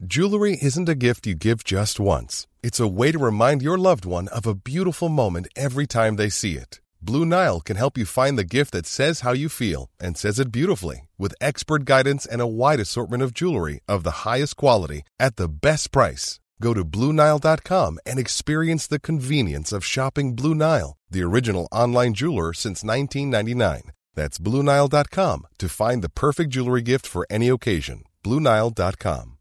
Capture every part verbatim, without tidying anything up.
Jewelry isn't a gift you give just once. It's a way to remind your loved one of a beautiful moment every time they see it. Blue Nile can help you find the gift that says how you feel and says it beautifully, with expert guidance and a wide assortment of jewelry of the highest quality at the best price. Go to Blue Nile dot com and experience the convenience of shopping Blue Nile, the original online jeweler since nineteen ninety-nine. That's Blue Nile dot com to find the perfect jewelry gift for any occasion. Blue Nile dot com.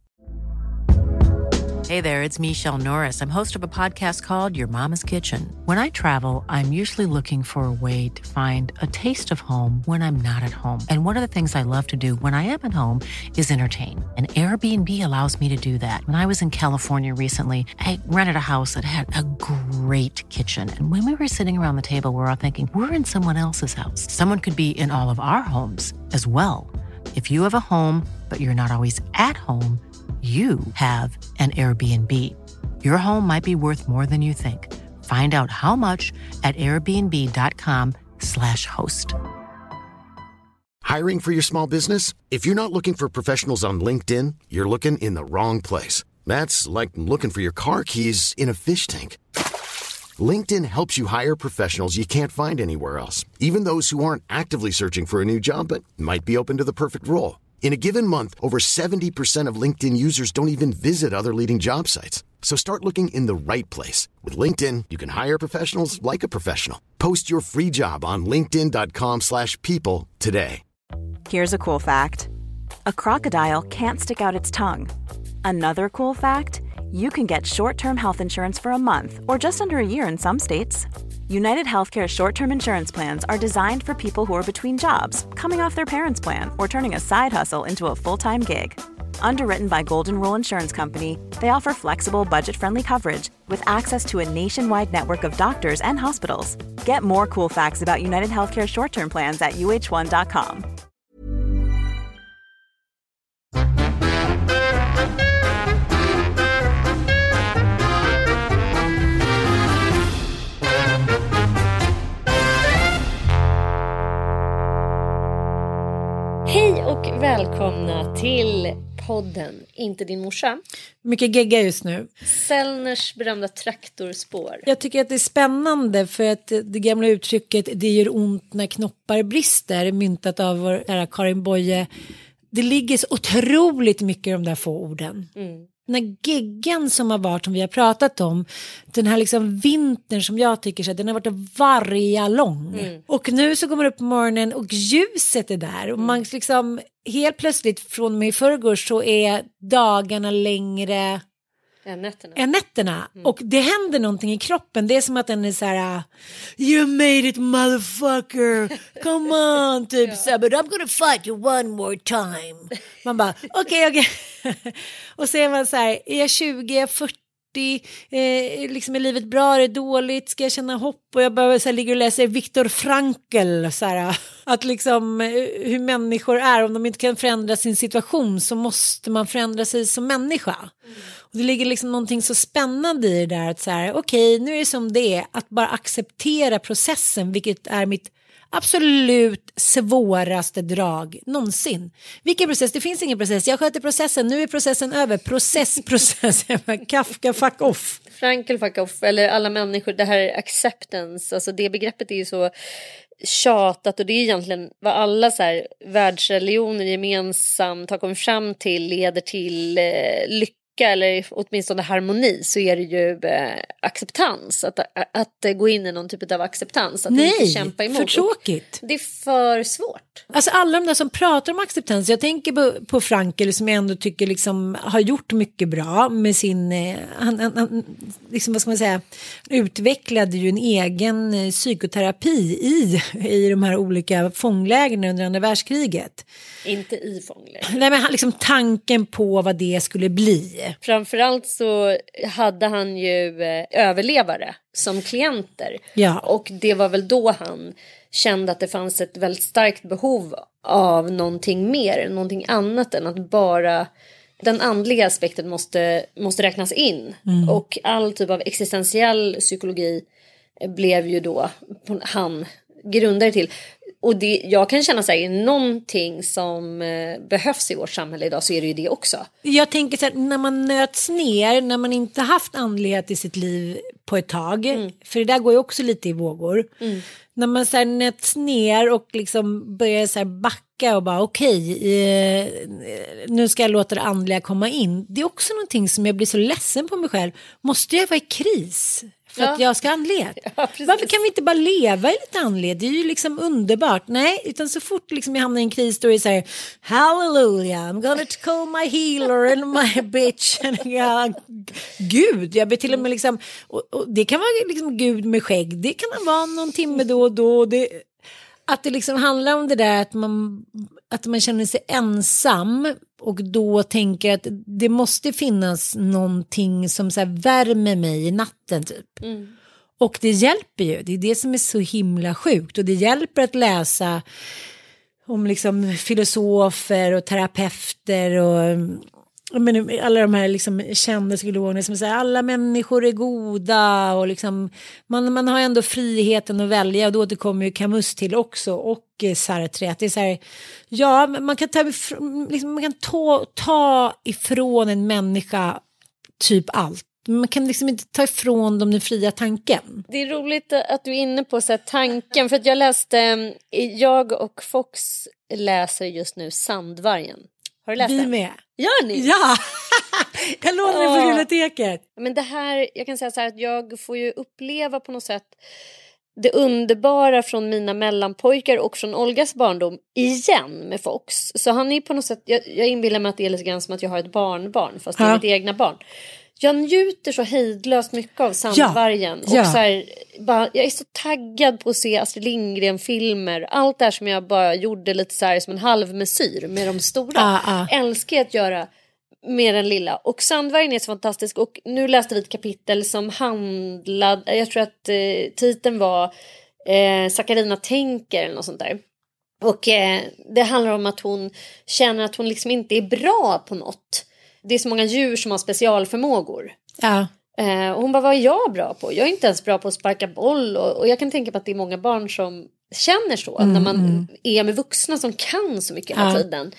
Hey there, it's Michelle Norris. I'm host of a podcast called Your Mama's Kitchen. When I travel, I'm usually looking for a way to find a taste of home when I'm not at home. And one of the things I love to do when I am at home is entertain. And Airbnb allows me to do that. When I was in California recently, I rented a house that had a great kitchen. And when we were sitting around the table, we were all thinking, we're in someone else's house. Someone could be in all of our homes as well. If you have a home, but you're not always at home, you have an Airbnb. Your home might be worth more than you think. Find out how much at airbnb dot com slash host. Hiring for your small business? If you're not looking for professionals on LinkedIn, you're looking in the wrong place. That's like looking for your car keys in a fish tank. LinkedIn helps you hire professionals you can't find anywhere else, even those who aren't actively searching for a new job but might be open to the perfect role. In a given month, over seventy percent of LinkedIn users don't even visit other leading job sites. So start looking in the right place. With LinkedIn, you can hire professionals like a professional. Post your free job on linkedin dot com slash people today. Here's a cool fact. A crocodile can't stick out its tongue. Another cool fact, you can get short-term health insurance for a month or just under a year in some states. United Healthcare short-term insurance plans are designed for people who are between jobs, coming off their parents' plan, or turning a side hustle into a full-time gig. Underwritten by Golden Rule Insurance Company, they offer flexible, budget-friendly coverage with access to a nationwide network of doctors and hospitals. Get more cool facts about United Healthcare short-term plans at u h one dot com. Hej och välkomna till podden Inte din morsa. Mycket gegga just nu. Sellners berömda traktorspår. Jag tycker att det är spännande för att det gamla uttrycket det gör ont när knoppar brister, myntat av vår ära Karin Boye. Det ligger så otroligt mycket i de där få orden. Mm. Den här geggan som har varit, som vi har pratat om, den här liksom vintern som jag tycker så att den har varit varje lång. Mm. Och nu så kommer det upp på morgonen och ljuset är där. Och man liksom helt plötsligt från mig i förrgår så är dagarna längre än nätterna. Än nätterna. Mm. Och det händer någonting i kroppen. Det är som att den är så här: you made it motherfucker, come on, typ ja. Så här, but I'm gonna fight you one more time. Man bara, okej, okej. Okay. Och så är man så här, är jag tjugo, är jag fyrtio, eh, liksom är livet bra, är det dåligt, ska jag känna hopp? Och jag bara så här, ligger och läser Viktor Frankl, så här, att liksom hur människor är, om de inte kan förändra sin situation så måste man förändra sig som människa. Mm. Och det ligger liksom någonting så spännande i det där att så här, okej, okay, nu är det som det är, att bara acceptera processen, vilket är mitt absolut svåraste drag någonsin. Vilken process? Det finns ingen process. Jag sköter processen. Nu är processen över. Process, process. Kafka, fuck off. Frankl, fuck off. Eller alla människor. Det här är acceptance. Alltså det begreppet är ju så tjatat. Och det är egentligen vad alla så här världsreligioner gemensamt har kommit fram till leder till eh, lycka. Eller åtminstone harmoni, så är det ju eh, acceptans att, att, att gå in i någon typ av acceptans, att Nej, inte kämpa emot. för tråkigt. Det är för svårt. Alltså alla de där som pratar om acceptans, jag tänker på, på Frankl som jag ändå tycker liksom har gjort mycket bra med sin, eh, han, han, han liksom vad ska man säga, utvecklade ju en egen eh, psykoterapi i, i de här olika fånglägren under andra världskriget. Inte i fångläger. Nej, men han, liksom tanken på vad det skulle bli. Framförallt så hade han ju eh, överlevare som klienter. Ja. Och det var väl då han kände att det fanns ett väldigt starkt behov av någonting mer, någonting annat än att bara den andliga aspekten måste, måste räknas in. Mm. Och all typ av existentiell psykologi blev ju då han grundade till. Och det, jag kan känna så här, någonting som eh, behövs i vårt samhälle idag så är det ju det också. Jag tänker så här, när man nöts ner, när man inte haft andlighet i sitt liv på ett tag, mm. för det där går ju också lite i vågor. Mm. När man så här nöts ner och liksom börjar så här backa och bara okej, okay, eh, nu ska jag låta det andliga komma in. Det är också någonting som jag blir så ledsen på mig själv. Måste jag vara i kris? För ja. att jag ska ha andlighet. Ja, varför kan vi inte bara leva i lite andlighet? Det är ju liksom underbart. Nej, utan så fort liksom jag hamnar i en kris då är det så här, hallelujah, I'm gonna call my healer and my bitch. Ja, Gud, jag ber till och med liksom, och, och det kan vara liksom Gud med skägg. Det kan vara någon timme då och då. Det, att det liksom handlar om det där att man, att man känner sig ensam. Och då tänker att det måste finnas någonting som så här värmer mig i natten typ. Mm. Och det hjälper ju. Det är det som är så himla sjukt. Och det hjälper att läsa om liksom filosofer och terapeuter och men, alla de här liksom kända psykologerna som säger alla människor är goda. Och liksom, man, man har ändå friheten att välja. Och då återkommer ju Camus till också. Och Sartre. Att det är så här, ja, man kan ta, liksom, man kan ta, ta ifrån en människa typ allt. Man kan liksom inte ta ifrån dem den fria tanken. Det är roligt att du är inne på så här, tanken. För att jag läste, jag och Fox läser just nu Sandvargen. Har du läst Vi den? med. Gör ni? Ja! Jag lånar den på biblioteket. Men det här, jag kan säga så här att jag får ju uppleva på något sätt det underbara från mina mellanpojkar och från Olgas barndom igen med Fox. Så han är på något sätt, jag, jag inbillar mig att det är lite grann som att jag har ett barnbarn fast det är mitt egna barn. Jag njuter så hejdlöst mycket av Sandvargen. Ja, ja. Och så här, bara, jag är så taggad på att se Astrid Lindgren-filmer. Allt det här som jag bara gjorde lite så här som en halvmesyr med de stora. Ah, ah. Älskar jag att göra med den lilla. Och Sandvargen är så fantastisk. Och nu läste vi ett kapitel som handlade, jag tror att eh, titeln var eh, Sakarina tänker eller något sånt där. Och eh, det handlar om att hon känner att hon liksom inte är bra på något. Det är så många djur som har specialförmågor. Ja. Eh, och hon bara, vad är jag bra på? Jag är inte ens bra på att sparka boll. Och, och jag kan tänka på att det är många barn som känner så. Mm, när man mm. är med vuxna som kan så mycket hela ja. tiden.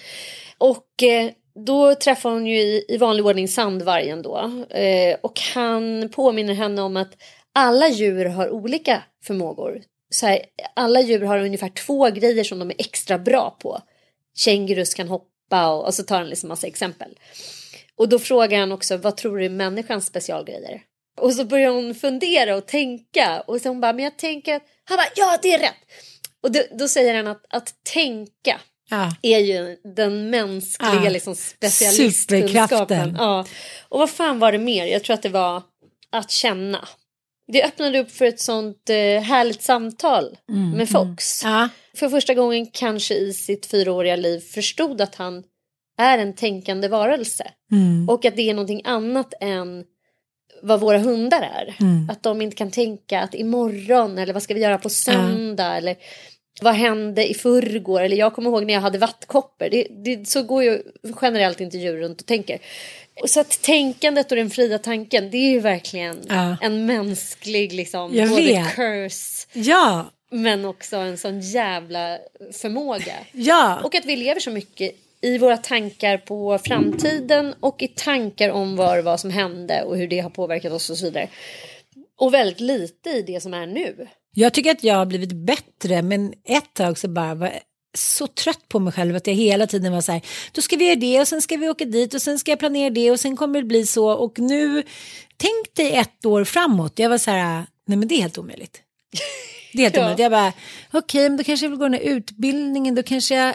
Och eh, då träffar hon ju i, i vanlig ordning Sandvargen då. Eh, och han påminner henne om att alla djur har olika förmågor. Så här, alla djur har ungefär två grejer som de är extra bra på. Kängurus kan hoppa och, och så tar han liksom massa exempel. Och då frågar han också, vad tror du är människans specialgrejer? Och så börjar hon fundera och tänka. Och så hon bara, men jag tänker att... Han bara, ja det är rätt. Och då, då säger han att, att tänka ja. är ju den mänskliga ja. liksom, specialistkunskapen. Ja. Och vad fan var det mer? Jag tror att det var att känna. Det öppnade upp för ett sånt eh, härligt samtal mm, med Fox. Mm. Ja. För första gången kanske i sitt fyraåriga liv förstod att han är en tänkande varelse. Mm. Och att det är någonting annat än vad våra hundar är. Mm. Att de inte kan tänka att imorgon eller vad ska vi göra på söndag mm. eller vad hände i förrgår. Eller jag kommer ihåg när jag hade vattkoppor. Det, det, så går ju generellt inte djur runt och tänker. Så att tänkandet och den fria tanken, det är ju verkligen ja. en mänsklig liksom, jag både vet. curse ja. men också en sån jävla förmåga. Ja. Och att vi lever så mycket i våra tankar på framtiden och i tankar om vad, vad som hände och hur det har påverkat oss och så vidare. Och väldigt lite i det som är nu. Jag tycker att jag har blivit bättre, men ett tag så bara var så trött på mig själv att jag hela tiden var så här, då ska vi göra det och sen ska vi åka dit och sen ska jag planera det och sen kommer det bli så. Och nu, tänk dig ett år framåt. Jag var så här, nej men det är helt omöjligt. Det är helt ja. omöjligt. Jag bara, okej, okay, men då kanske jag vill gå den här utbildningen, då kanske jag...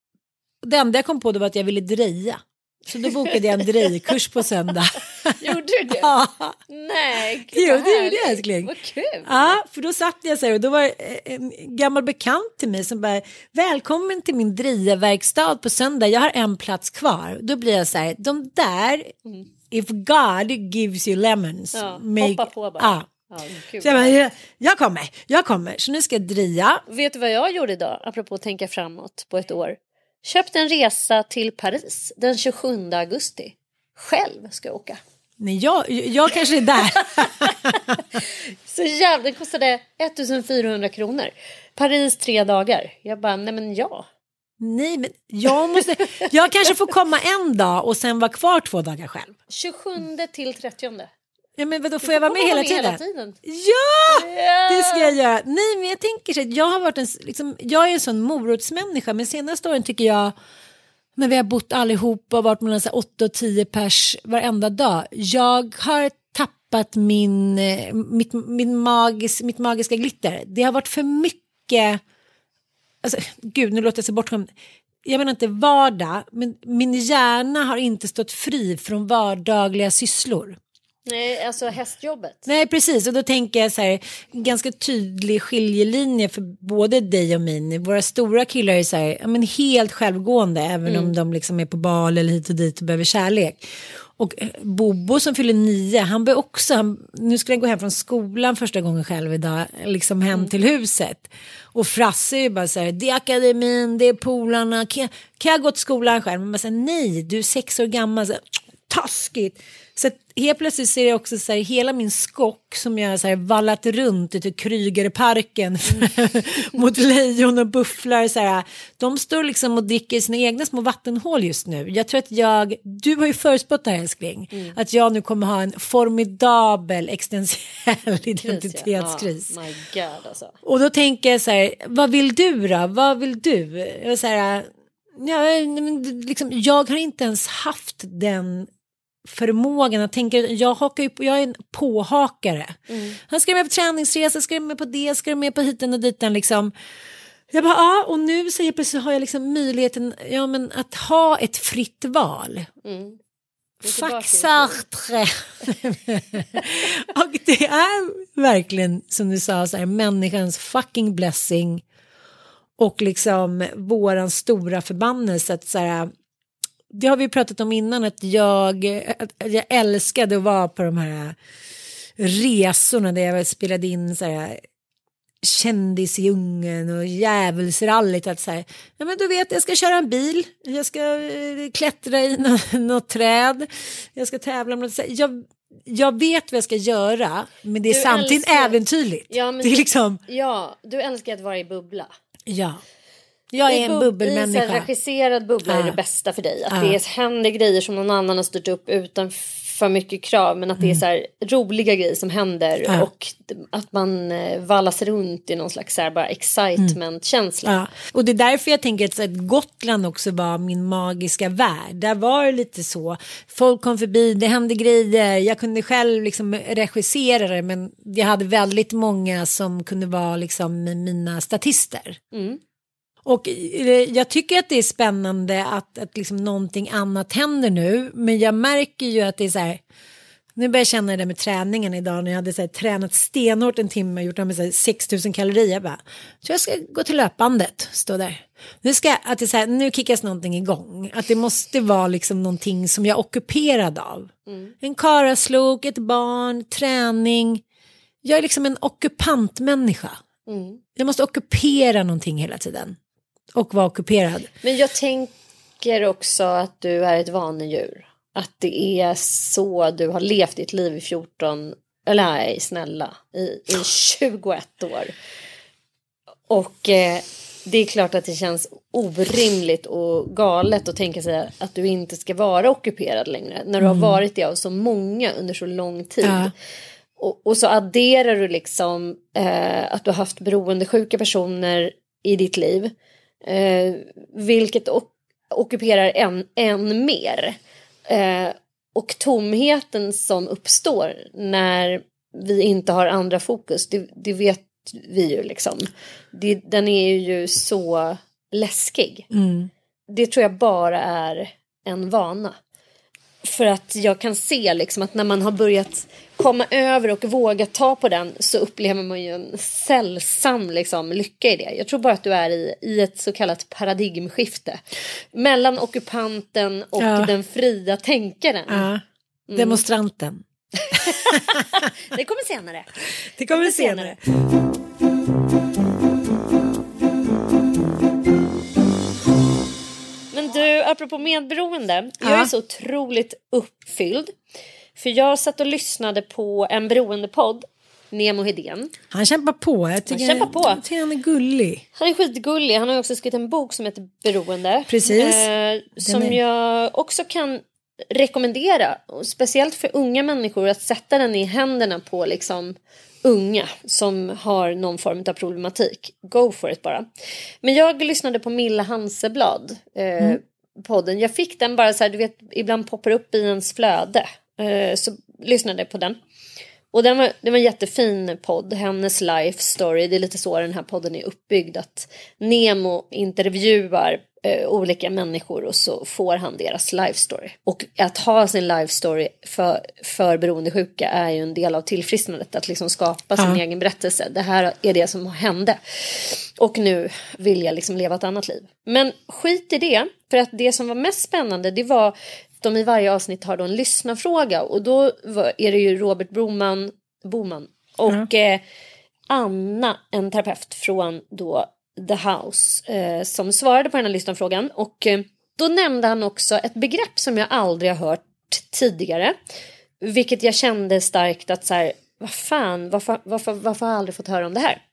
Det enda jag kom på då var att jag ville dreja. Så då bokade jag en drejkurs på söndag. Gjorde du det? Ja. Nej, gud, jo, det gjorde jag, älskling. Vad kul. Ja, för då satt jag så här och då var en gammal bekant till mig som bara, välkommen till min drejaverkstad på söndag. Jag har en plats kvar. Då blir jag så här, de där, mm. if God gives you lemons. Ja, make... hoppa på bara. Ja. Ja, så jag, bara, jag, jag kommer, jag kommer. Så nu ska jag dreja. Vet du vad jag gjorde idag? Apropå att tänka framåt på ett år. Köpte en resa till Paris den tjugosjunde augusti. Själv ska jag åka. Nej, jag, jag kanske är där. Så jävla, den kostade ettusenfyrahundra kronor. Paris tre dagar. Jag bara, nej men ja. Nej, men jag måste... Jag kanske får komma en dag och sen vara kvar två dagar själv. tjugosjunde till trettionde. Ja, men då får jag vara med, hela, med tiden? hela tiden? Ja, yeah. Det ska jag göra. Nej, men jag tänker så att jag har varit en... Liksom, jag är en sån morotsmänniska, men senaste åren tycker jag... När vi har bott allihopa och varit mellan så här, åtta och tio pers varenda dag. Jag har tappat min, mitt, min magis, mitt magiska glitter. Det har varit för mycket... Alltså, gud, nu låter jag så bortskämd. Jag menar inte vardag, men min hjärna har inte stått fri från vardagliga sysslor. Nej, alltså hästjobbet. Nej, precis. Och då tänker jag så här, ganska tydlig skiljelinje för både dig och mig. Våra stora killar är så här, ja, men helt självgående, även mm. om de liksom är på bal eller hit och dit och behöver kärlek. Och Bobo som fyller nio, han bör också, han, nu ska jag gå hem från skolan första gången själv idag, liksom hem mm. till huset. Och Frasse är bara så här, det är akademin, det är polarna, kan, kan jag gå till skolan själv? Men man säger nej, du är sex år gammal, så här, taskigt. Så att helt plötsligt ser jag också så här, hela min skock som jag har så här vallat runt ute i Krygerparken mm. mot lejon och bufflar så här, de står liksom och dricker sina egna små vattenhål just nu. Jag tror att jag, du har ju förutspått det här, älskling, mm. att jag nu kommer ha en formidabel existentiell identitetskris. Ja. Oh, my God, alltså. Och då tänker jag så här, vad vill du då? Vad vill du? Jag, så här, ja, liksom, jag har inte ens haft den förmågan att tänka, jag hakar ju på, jag är en påhakare. Mm. Han ska med på träningsresa, ska med på det, ska med på hiten och ditan liksom. Jag bara, ja, och nu så jag plötsligt har jag liksom möjligheten, ja, men att ha ett fritt val. Mm. Fuck Sartre. Och det är verkligen, som du sa, så här, människans fucking blessing och liksom våran stora förbannelse att så här, det har vi pratat om innan, att jag, att jag älskade att vara på de här resorna där jag spelade in så här kändisdjungen och djävulsralligt, att så här, ja, men du vet, jag ska köra en bil, jag ska klättra i något, något träd, jag ska tävla med något, jag, jag vet vad jag ska göra, men det är du samtidigt älskar... äventyrligt. Ja, men det är liksom... ja, du älskar att vara i bubbla. Ja. Jag är en bub- bubbelmänniska. I en regisserad bubbla ah. är det bästa för dig. Att ah. det händer grejer som någon annan har styrt upp utan för mycket krav. Men att det är så här roliga grejer som händer. Ah. Och att man vallas runt i någon slags så här bara excitement-känsla. Mm. Ah. Och det är därför jag tänker att, så att Gotland också var min magiska värld. Där var det lite så. Folk kom förbi, det hände grejer. Jag kunde själv liksom regissera det. Men jag hade väldigt många som kunde vara liksom mina statister. Mm. Och jag tycker att det är spännande att, att liksom någonting annat händer nu. Men jag märker ju att det är så här. Nu börjar jag känna det med träningen idag. När jag hade så här, tränat stenhårt en timme och gjort det med så här, sex tusen kalorier. Bara, så jag ska gå till löpbandet. Stå där. Nu, ska, att det är så här, nu kickas någonting igång. Att det måste vara liksom någonting som jag är ockuperad av. Mm. En karaslok, ett barn, träning. Jag är liksom en ockupantmänniska. Mm. Jag måste ockupera någonting hela tiden. Och vara ockuperad. Men jag tänker också att du är ett vanedjur. Att det är så du har levt ditt liv i fjorton, eller nej, snälla, i, i tjugoett år. Och eh, det är klart att det känns orimligt och galet att tänka sig att du inte ska vara ockuperad längre. När du mm. har varit det av så många under så lång tid. Ja. Och, och så adderar du liksom eh, att du har haft beroendesjuka personer i ditt liv. Eh, vilket o- ockuperar än, än mer. Eh, och tomheten som uppstår när vi inte har andra fokus, det, det vet vi ju liksom. Det, den är ju så läskig. Mm. Det tror jag bara är en vana. För att jag kan se liksom att när man har börjat komma över och våga ta på den, så upplever man ju en sällsam liksom lycka i det. Jag tror bara att du är i, i ett så kallat paradigmskifte. Mellan ockupanten och ja. den fria tänkaren. Ja. Mm. Demonstranten. Det kommer senare. Det kommer senare. Men du, apropå medberoende, ja. jag är så otroligt uppfylld. För jag satt och lyssnade på en beroendepodd Nemo Hedén. Han kämpar på. Jag tycker, han kämpar på. Jag tycker han är gullig. Han är skitgullig. Han har också skrivit en bok som heter Beroende. Precis. Eh, som är... jag också kan rekommendera. Speciellt för unga människor. Att sätta den i händerna på liksom unga som har någon form av problematik. Go for it bara. Men jag lyssnade på Milla Hanseblad. Eh, mm. podden. Jag fick den bara så här, du vet, ibland poppar upp i ens flöde. Eh, så lyssnade jag på den. Och den var, det var en jättefin podd, hennes life story. Det är lite så den här podden är uppbyggd. Att Nemo intervjuar eh, olika människor och så får han deras life story. Och att ha sin life story för, för beroendesjuka är ju en del av tillfrisknandet. Att liksom skapa sin uh-huh. egen berättelse. Det här är det som hände. Och nu vill jag liksom leva ett annat liv. Men skit i det. För att det som var mest spännande, det var de i varje avsnitt har då en lyssnarfråga. Och då var, är det ju Robert Broman, Boman och mm. eh, Anna, en terapeut från då The House, eh, som svarade på den här lyssnarfrågan. Och eh, då nämnde han också ett begrepp som jag aldrig har hört tidigare. Vilket jag kände starkt att så här, vad fan, varför, varför, varför har jag aldrig fått höra om det här?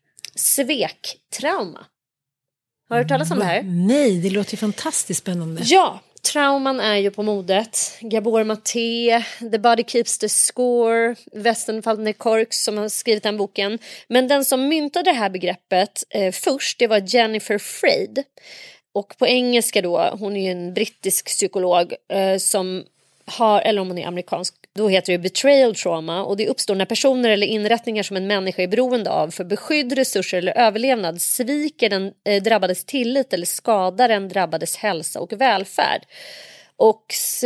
Svektrauma. Har du hört talas om det här? Nej, det låter ju fantastiskt spännande. Ja, trauman är ju på modet. Gabor Maté, The Body Keeps the Score, Westenfaldner Korks som har skrivit den boken. Men den som myntade det här begreppet eh, först, det var Jennifer Freyd. Och på engelska då, hon är ju en brittisk psykolog eh, som har, eller om hon är amerikansk, då heter det betrayal trauma, och det uppstår när personer eller inrättningar som en människa är beroende av för beskydd, resurser eller överlevnad sviker den eh, drabbades tillit eller skadar den drabbades hälsa och välfärd. Och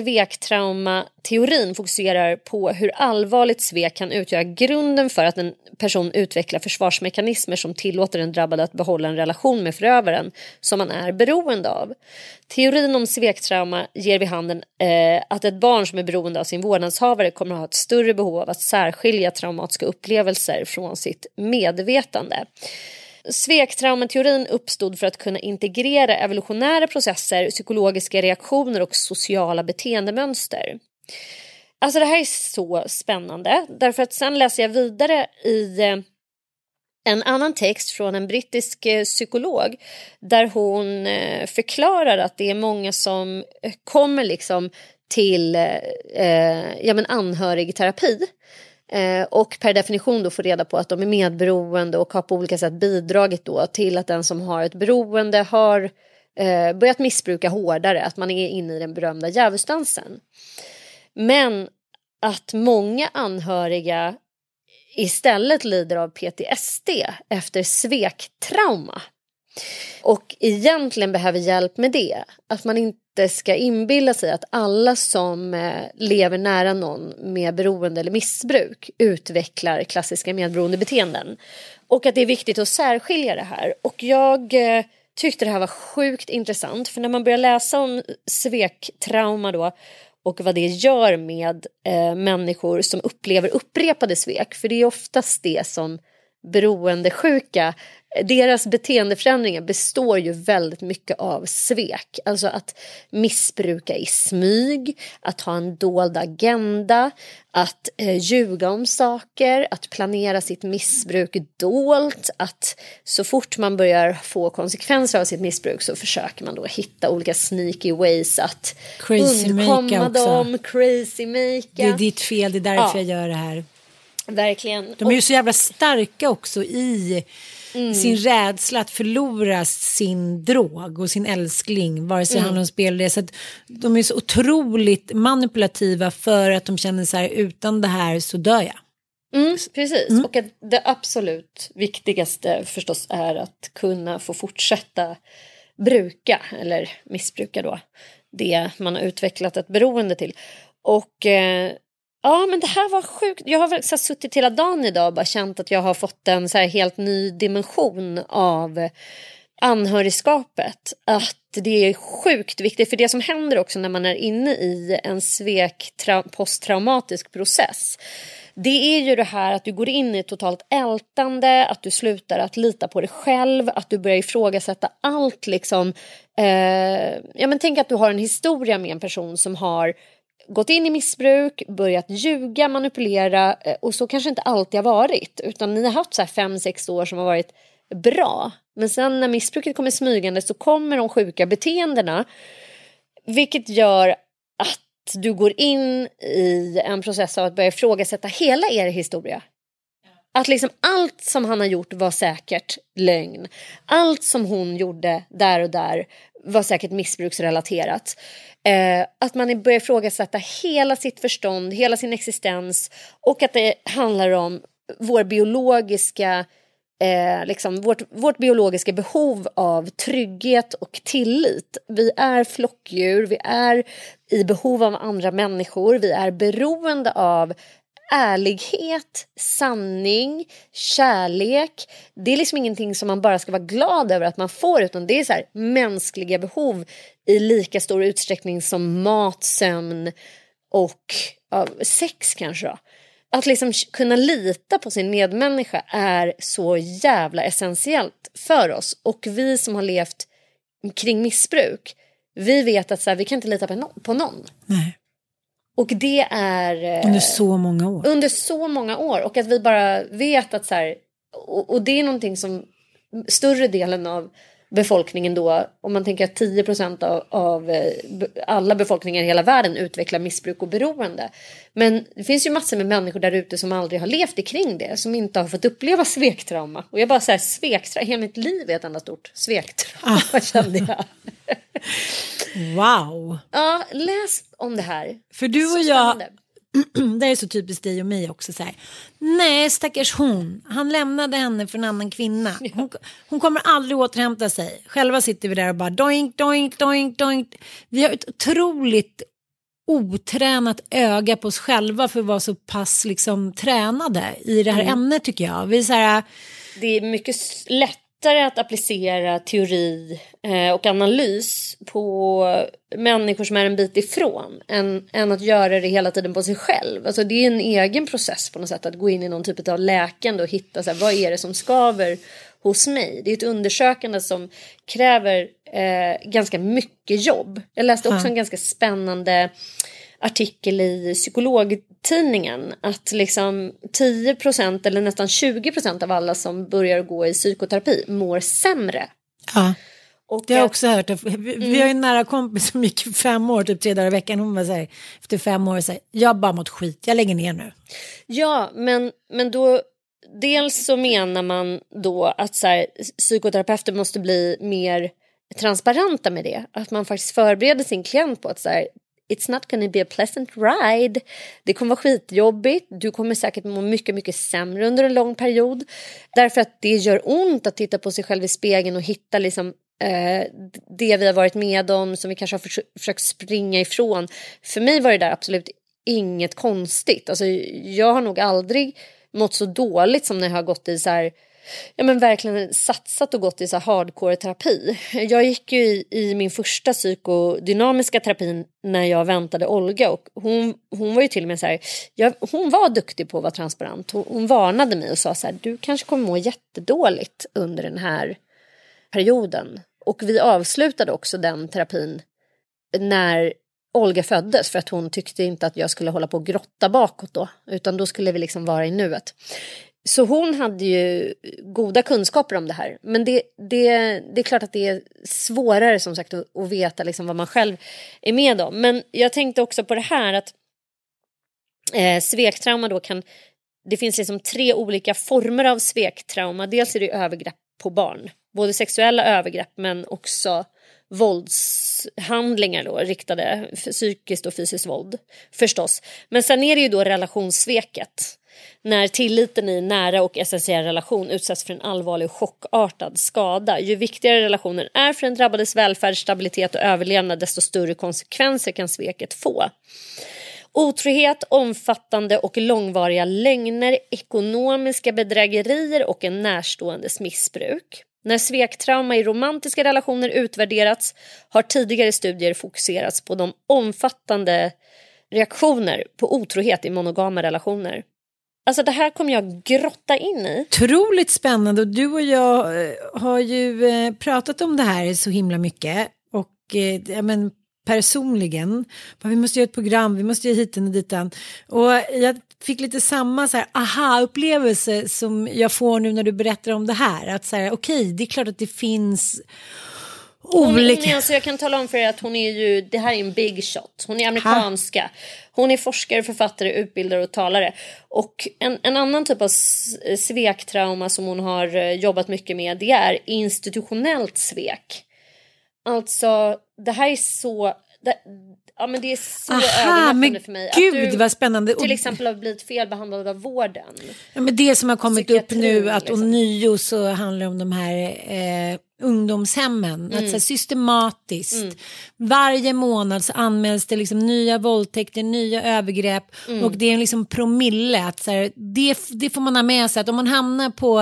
svektrauma-teorin fokuserar på hur allvarligt svek kan utgöra grunden för att en person utvecklar försvarsmekanismer som tillåter den drabbade att behålla en relation med förövaren som man är beroende av. Teorin om svektrauma ger vid handen eh, att ett barn som är beroende av sin vårdnadshavare kommer att ha ett större behov av att särskilja traumatiska upplevelser från sitt medvetande. Svektraumateorin uppstod för att kunna integrera evolutionära processer, psykologiska reaktioner och sociala beteendemönster. Alltså det här är så spännande, därför att sen läser jag vidare i en annan text från en brittisk psykolog där hon förklarar att det är många som kommer liksom till eh, ja, men anhörigterapi. Eh, och per definition då får reda på att de är medberoende och har på olika sätt bidragit då till att den som har ett beroende har eh, börjat missbruka hårdare, att man är inne i den berömda djävulsdansen. Men att många anhöriga istället lider av P T S D efter svektrauma och egentligen behöver hjälp med det. Att man inte ska inbilla sig att alla som eh, lever nära någon med beroende eller missbruk utvecklar klassiska medberoendebeteenden. Och att det är viktigt att särskilja det här. Och jag eh, tyckte det här var sjukt intressant. För när man börjar läsa om svektrauma då och vad det gör med eh, människor som upplever upprepade svek. För det är oftast det som beroendesjuka, deras beteendeförändringar består ju väldigt mycket av svek. Alltså att missbruka i smyg, att ha en dold agenda, att eh, ljuga om saker, att planera sitt missbruk dolt, att så fort man börjar få konsekvenser av sitt missbruk så försöker man då hitta olika sneaky ways att crazy undkomma dem, crazy make. Det är ditt fel, det är därför Ja. jag gör det här. Verkligen. De är ju så jävla starka också i mm. sin rädsla att förlora sin drog och sin älskling, vare sig mm. han spelar det. Så att de är så otroligt manipulativa för att de känner så här, utan det här så dör jag. Mm, precis, Mm. och att det absolut viktigaste förstås är att kunna få fortsätta bruka eller missbruka då det man har utvecklat ett beroende till. Och eh, ja, men det här var sjukt. Jag har så här, suttit hela dagen idag och bara känt att jag har fått en så här helt ny dimension av anhörigskapet. Att det är sjukt viktigt. För det som händer också när man är inne i en svek tra- posttraumatisk process, det är ju det här att du går in i ett totalt ältande, att du slutar att lita på dig själv, att du börjar ifrågasätta allt liksom. Eh, ja, men tänk att du har en historia med en person som har gått in i missbruk, börjat ljuga, manipulera och så kanske inte alltid har varit. Utan ni har haft så här fem, sex år som har varit bra. Men sen när missbruket kommer smygande så kommer de sjuka beteendena. Vilket gör att du går in i en process av att börja ifrågasätta hela er historia. Att liksom allt som han har gjort var säkert lögn. Allt som hon gjorde där och där var säkert missbruksrelaterat. Eh, att man börjar ifrågasätta hela sitt förstånd, hela sin existens. Och att det handlar om vår biologiska, eh, liksom vårt, vårt biologiska behov av trygghet och tillit. Vi är flockdjur, vi är i behov av andra människor. Vi är beroende av ärlighet, sanning, kärlek. Det är liksom ingenting som man bara ska vara glad över att man får, utan det är så här mänskliga behov i lika stor utsträckning som mat, sömn och ja, sex kanske då. Att liksom kunna lita på sin medmänniska är så jävla essentiellt för oss. Och vi som har levt kring missbruk, vi vet att så här, vi kan inte lita på, no- på någon. Nej. Och det är... Under så många år. Under så många år. Och att vi bara vet att så här... Och, och det är någonting som större delen av befolkningen då... Om man tänker att tio procent av, av alla befolkningar i hela världen utvecklar missbruk och beroende. Men det finns ju massor med människor där ute som aldrig har levt kring det. Som inte har fått uppleva svektrauma. Och jag bara säger svektrauma. Hela mitt liv är ett enda stort svektrauma, ah. kände jag. Wow. Ja, läs om det här. För du och jag, det är så typiskt dig och mig också så här. Nej, stackars hon. Han lämnade henne för en annan kvinna. Hon, hon kommer aldrig återhämta sig. Själva sitter vi där och bara doink, doink, doink, doink. Vi har ett otroligt otränat öga på oss själva för att vara så pass liksom tränade i det här mm. ämnet tycker jag. Vi är så här, det är mycket lätt att applicera teori eh, och analys på människor som är en bit ifrån än, än att göra det hela tiden på sig själv. Alltså det är en egen process på något sätt att gå in i någon typ av läkande och hitta så här, vad är det som skaver hos mig. Det är ett undersökande som kräver eh, ganska mycket jobb. Jag läste också ja. en ganska spännande artikel i psykologtidningen att liksom tio procent eller nästan tjugo procent av alla som börjar gå i psykoterapi mår sämre. Ja, och det har jag också hört. Vi, mm. vi har en nära kompis som gick i fem år, typ tre dagar i veckan. Hon var så här, efter fem år, så här, jag bara mått skit, jag lägger ner nu. Ja, men, men då dels så menar man då att så här, psykoterapeuter måste bli mer transparenta med det. Att man faktiskt förbereder sin klient på att så här, it's not gonna be a pleasant ride. Det kommer vara skitjobbigt. Du kommer säkert må mycket, mycket sämre under en lång period. Därför att det gör ont att titta på sig själv i spegeln och hitta liksom eh, det vi har varit med om som vi kanske har förs- försökt springa ifrån. För mig var det där absolut inget konstigt. Alltså, jag har nog aldrig mått så dåligt som när jag har gått i så här... Ja men verkligen satsat och gått i så här hardcore terapi. Jag gick ju i, i min första psykodynamiska terapi när jag väntade Olga och hon, hon var ju till och med så här, jag, hon var duktig på att vara transparent. Hon, hon varnade mig och sa så här, du kanske kommer må jättedåligt under den här perioden. Och vi avslutade också den terapin när Olga föddes för att hon tyckte inte att jag skulle hålla på och grotta bakåt då, utan då skulle vi liksom vara i nuet. Så hon hade ju goda kunskaper om det här. Men det, det, det är klart att det är svårare som sagt att, att veta liksom vad man själv är med om. Men jag tänkte också på det här att eh, svektrauma då kan... Det finns liksom tre olika former av svektrauma. Dels är det övergrepp på barn. Både sexuella övergrepp men också våldshandlingar då, riktade psykiskt och fysiskt våld förstås. Men sen är det ju då relationssveket. När tilliten i nära och essentiell relation utsätts för en allvarlig och chockartad skada. Ju viktigare relationen är för en drabbades välfärd, stabilitet och överlevnad, desto större konsekvenser kan sveket få. Otrohet, omfattande och långvariga lögner, ekonomiska bedrägerier och en närståendes missbruk. När svektrauma i romantiska relationer utvärderats har tidigare studier fokuserats på de omfattande reaktioner på otrohet i monogama relationer. Alltså det här kommer jag grotta in i. Otroligt spännande, och du och jag har ju pratat om det här så himla mycket. Och ja, men, personligen. Vi måste göra ett program, vi måste göra hit och ditan. Och jag fick lite samma så här aha-upplevelse som jag får nu när du berättar om det här. Att så här, okej, okay, det är klart att det finns olika... Hon är, alltså jag kan tala om för er att hon är ju, det här är en big shot. Hon är amerikanska. Ha? Hon är forskare, författare, utbildare och talare. Och en, en annan typ av svektrauma som hon har jobbat mycket med, det är institutionellt svek. Alltså, det här är så... Det, ja, men det är så ögonöppnande för mig. Gud, att du, vad spännande. Till exempel har blivit felbehandlad av vården. Ja, men det som har kommit upp nu, att liksom. ånyo så handlar det om de här eh, ungdomshemmen. Mm. Att så här, systematiskt, mm. varje månad så anmäls det liksom nya våldtäkter, nya övergrepp. Mm. Och det är liksom promille. Att så här, det, det får man ha med sig. Att om man hamnar på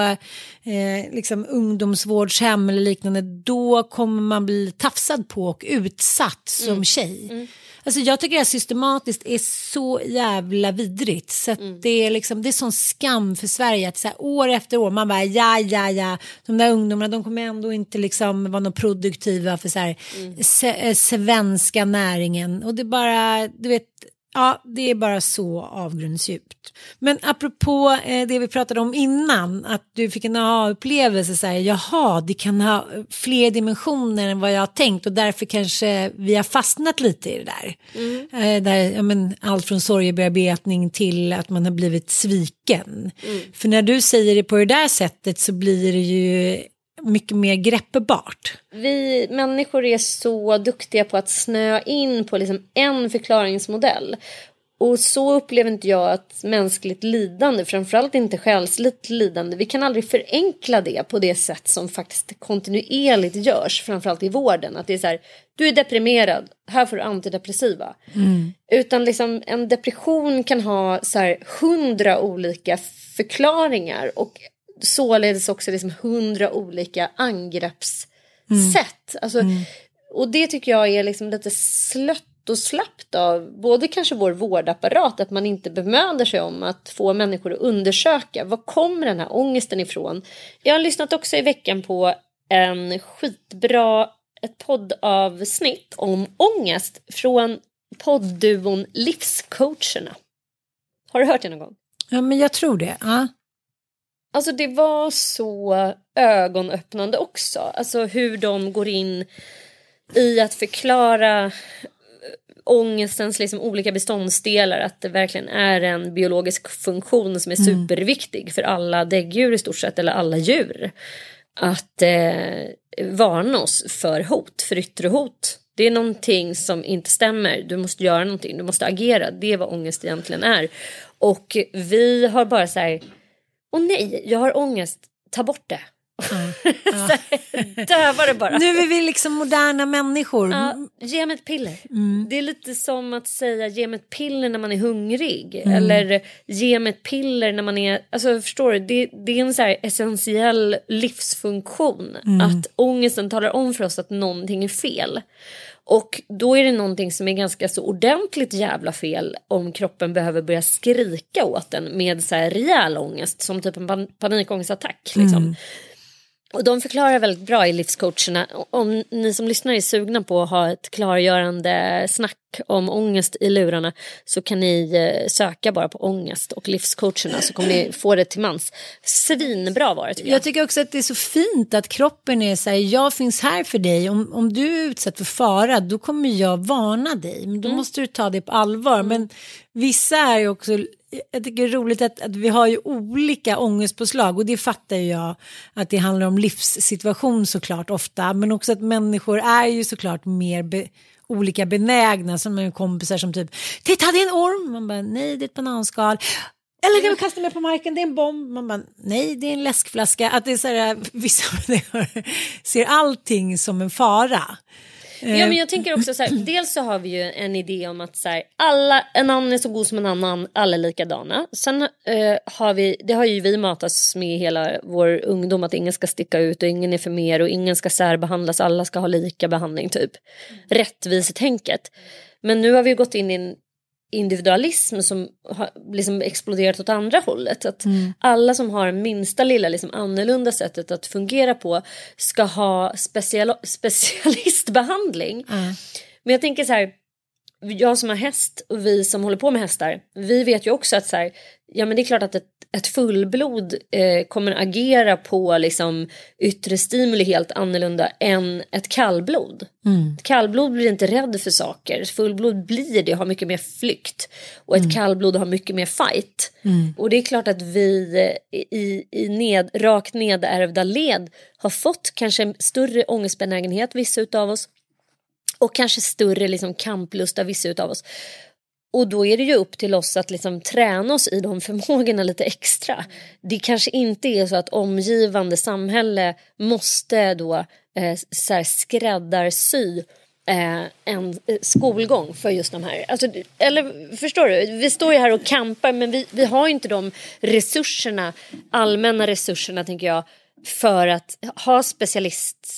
eh, liksom ungdomsvårdshem eller liknande, då kommer man bli tafsad på och utsatt som mm. tjej. Mm. Alltså jag tycker det systematiskt är så jävla vidrigt. Så att mm. det är liksom, det är sån skam för Sverige att så här, år efter år man bara ja, ja, ja. De där ungdomarna, de kommer ändå inte liksom vara något produktiva för så här mm. s- svenska näringen. Och det är bara, du vet, ja, det är bara så avgrundsdjupt. Men apropå eh, det vi pratade om innan, att du fick en aha-upplevelse så här, jaha, det kan ha fler dimensioner än vad jag har tänkt och därför kanske vi har fastnat lite i det där. Mm. Eh, där ja, men, allt från sorgebearbetning till att man har blivit sviken. Mm. För när du säger det på det där sättet så blir det ju mycket mer greppbart. Vi människor är så duktiga på att snöa in på liksom en förklaringsmodell. Och så upplever inte jag att mänskligt lidande, framförallt inte själsligt lidande, vi kan aldrig förenkla det på det sätt som faktiskt kontinuerligt görs, framförallt i vården. Att det är så här, du är deprimerad, här får du antidepressiva. Mm. Utan liksom en depression kan ha så här hundra olika förklaringar och således också liksom hundra olika angreppssätt. Mm. Alltså, mm. Och det tycker jag är liksom lite slött och slappt av både kanske vår vårdapparat, att man inte bemöder sig om att få människor att undersöka vad kommer den här ångesten ifrån. Jag har lyssnat också i veckan på en skitbra ett poddavsnitt om ångest från poddduon Livscoacherna. Har du hört det någon gång? Ja, men jag tror det. Ja. Alltså det var så ögonöppnande också. Alltså hur de går in i att förklara ångestens liksom olika beståndsdelar. Att det verkligen är en biologisk funktion som är mm. superviktig för alla däggdjur i stort sett, eller alla djur. Att eh, varna oss för hot, för yttre hot. Det är någonting som inte stämmer. Du måste göra någonting, du måste agera. Det är vad ångest egentligen är. Och vi har bara så här... Och nej, jag har ångest. Ta bort det. Mm. Ja. Döva det bara. Nu är vi liksom moderna människor. Ja, ge mig ett piller. Mm. Det är lite som att säga ge mig ett piller när man är hungrig. Mm. Eller ge mig ett piller när man är... Alltså förstår du, det, det är en så här essentiell livsfunktion. Mm. Att ångesten talar om för oss att någonting är fel. Och då är det någonting som är ganska så ordentligt jävla fel om kroppen behöver börja skrika åt den med så här rejäl ångest, som typ en pan- panikångestattack liksom. Mm. Och de förklarar väldigt bra i Livscoacherna. Om ni som lyssnar är sugna på att ha ett klargörande snack om ångest i lurarna, så kan ni söka bara på ångest och Livscoacherna, så kommer ni få det till mans. Svinbra var det, tycker jag. Jag tycker också att det är så fint att kroppen är så här, jag finns här för dig. Om, om du är utsatt för fara, då kommer jag varna dig. Men då mm. måste du ta det på allvar. Mm. Men vissa är ju också... Jag tycker det är roligt att, att vi har ju olika ångestpåslag, och det fattar jag att det handlar om livssituation såklart ofta, men också att människor är ju såklart mer be, olika benägna, som en kompisar som typ, titta det är en orm, man bara nej det är ett bananskal, eller kan vi kasta mig på marken, det är en bomb, man bara nej det är en läskflaska, att det är så här, vissa människor ser allting som en fara. Ja, men jag tänker också så här, dels så har vi ju en idé om att så här, alla, en annan är så god som en annan, alla är likadana. Sen eh, har vi, det har ju vi matats med hela vår ungdom, att ingen ska sticka ut och ingen är för mer och ingen ska särbehandlas, alla ska ha lika behandling typ. Rättvisetänket. Men nu har vi gått in i en individualism som har liksom exploderat åt andra hållet. Att mm. alla som har minsta lilla liksom annorlunda sättet att fungera på ska ha special, specialistbehandling. Mm. Men jag tänker så här, jag som har häst och vi som håller på med hästar, vi vet ju också att så här, ja men det är klart att ett, ett fullblod eh, kommer agera på liksom yttre stimuli helt annorlunda än ett kallblod. Mm. Ett kallblod blir inte rädd för saker. Fullblod blir det, har mycket mer flykt. Och ett mm. kallblod har mycket mer fight. Mm. Och det är klart att vi i, i ned, rakt nedärvda led har fått kanske större ångestbenägenhet, vissa utav oss. Och kanske större liksom kamplust av vissa utav oss. Och då är det ju upp till oss att liksom träna oss i de förmågorna lite extra. Det kanske inte är så att omgivande samhälle måste då eh, så här skräddarsy eh, en skolgång för just de här. Alltså, eller förstår du? Vi står ju här och kampar, men vi, vi har inte de resurserna, allmänna resurserna tänker jag, för att ha specialist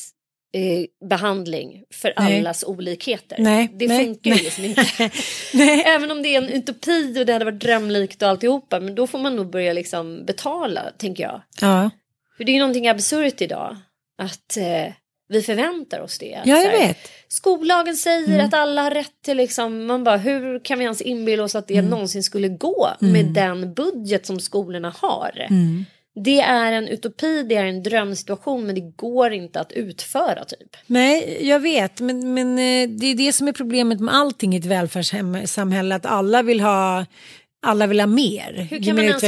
behandling för nej. Allas olikheter. Nej, det nej, funkar nej. Ju liksom inte. Även om det är en utopi och det hade varit drömlikt och alltihopa, men då får man nog börja liksom betala, tänker jag. Ja. För det är ju någonting absurt idag att eh, vi förväntar oss det. Ja, jag vet. Skollagen säger mm. att alla har rätt till liksom, man bara, hur kan vi ens inbilla oss att det mm. någonsin skulle gå mm. med den budget som skolorna har? Mm. Det är en utopi, det är en drömsituation, men det går inte att utföra typ. Nej, jag vet, men, men det är det som är problemet med allting i ett välfärdssamhälle, att alla vill ha, alla vill ha mer. Hur kan man ens ha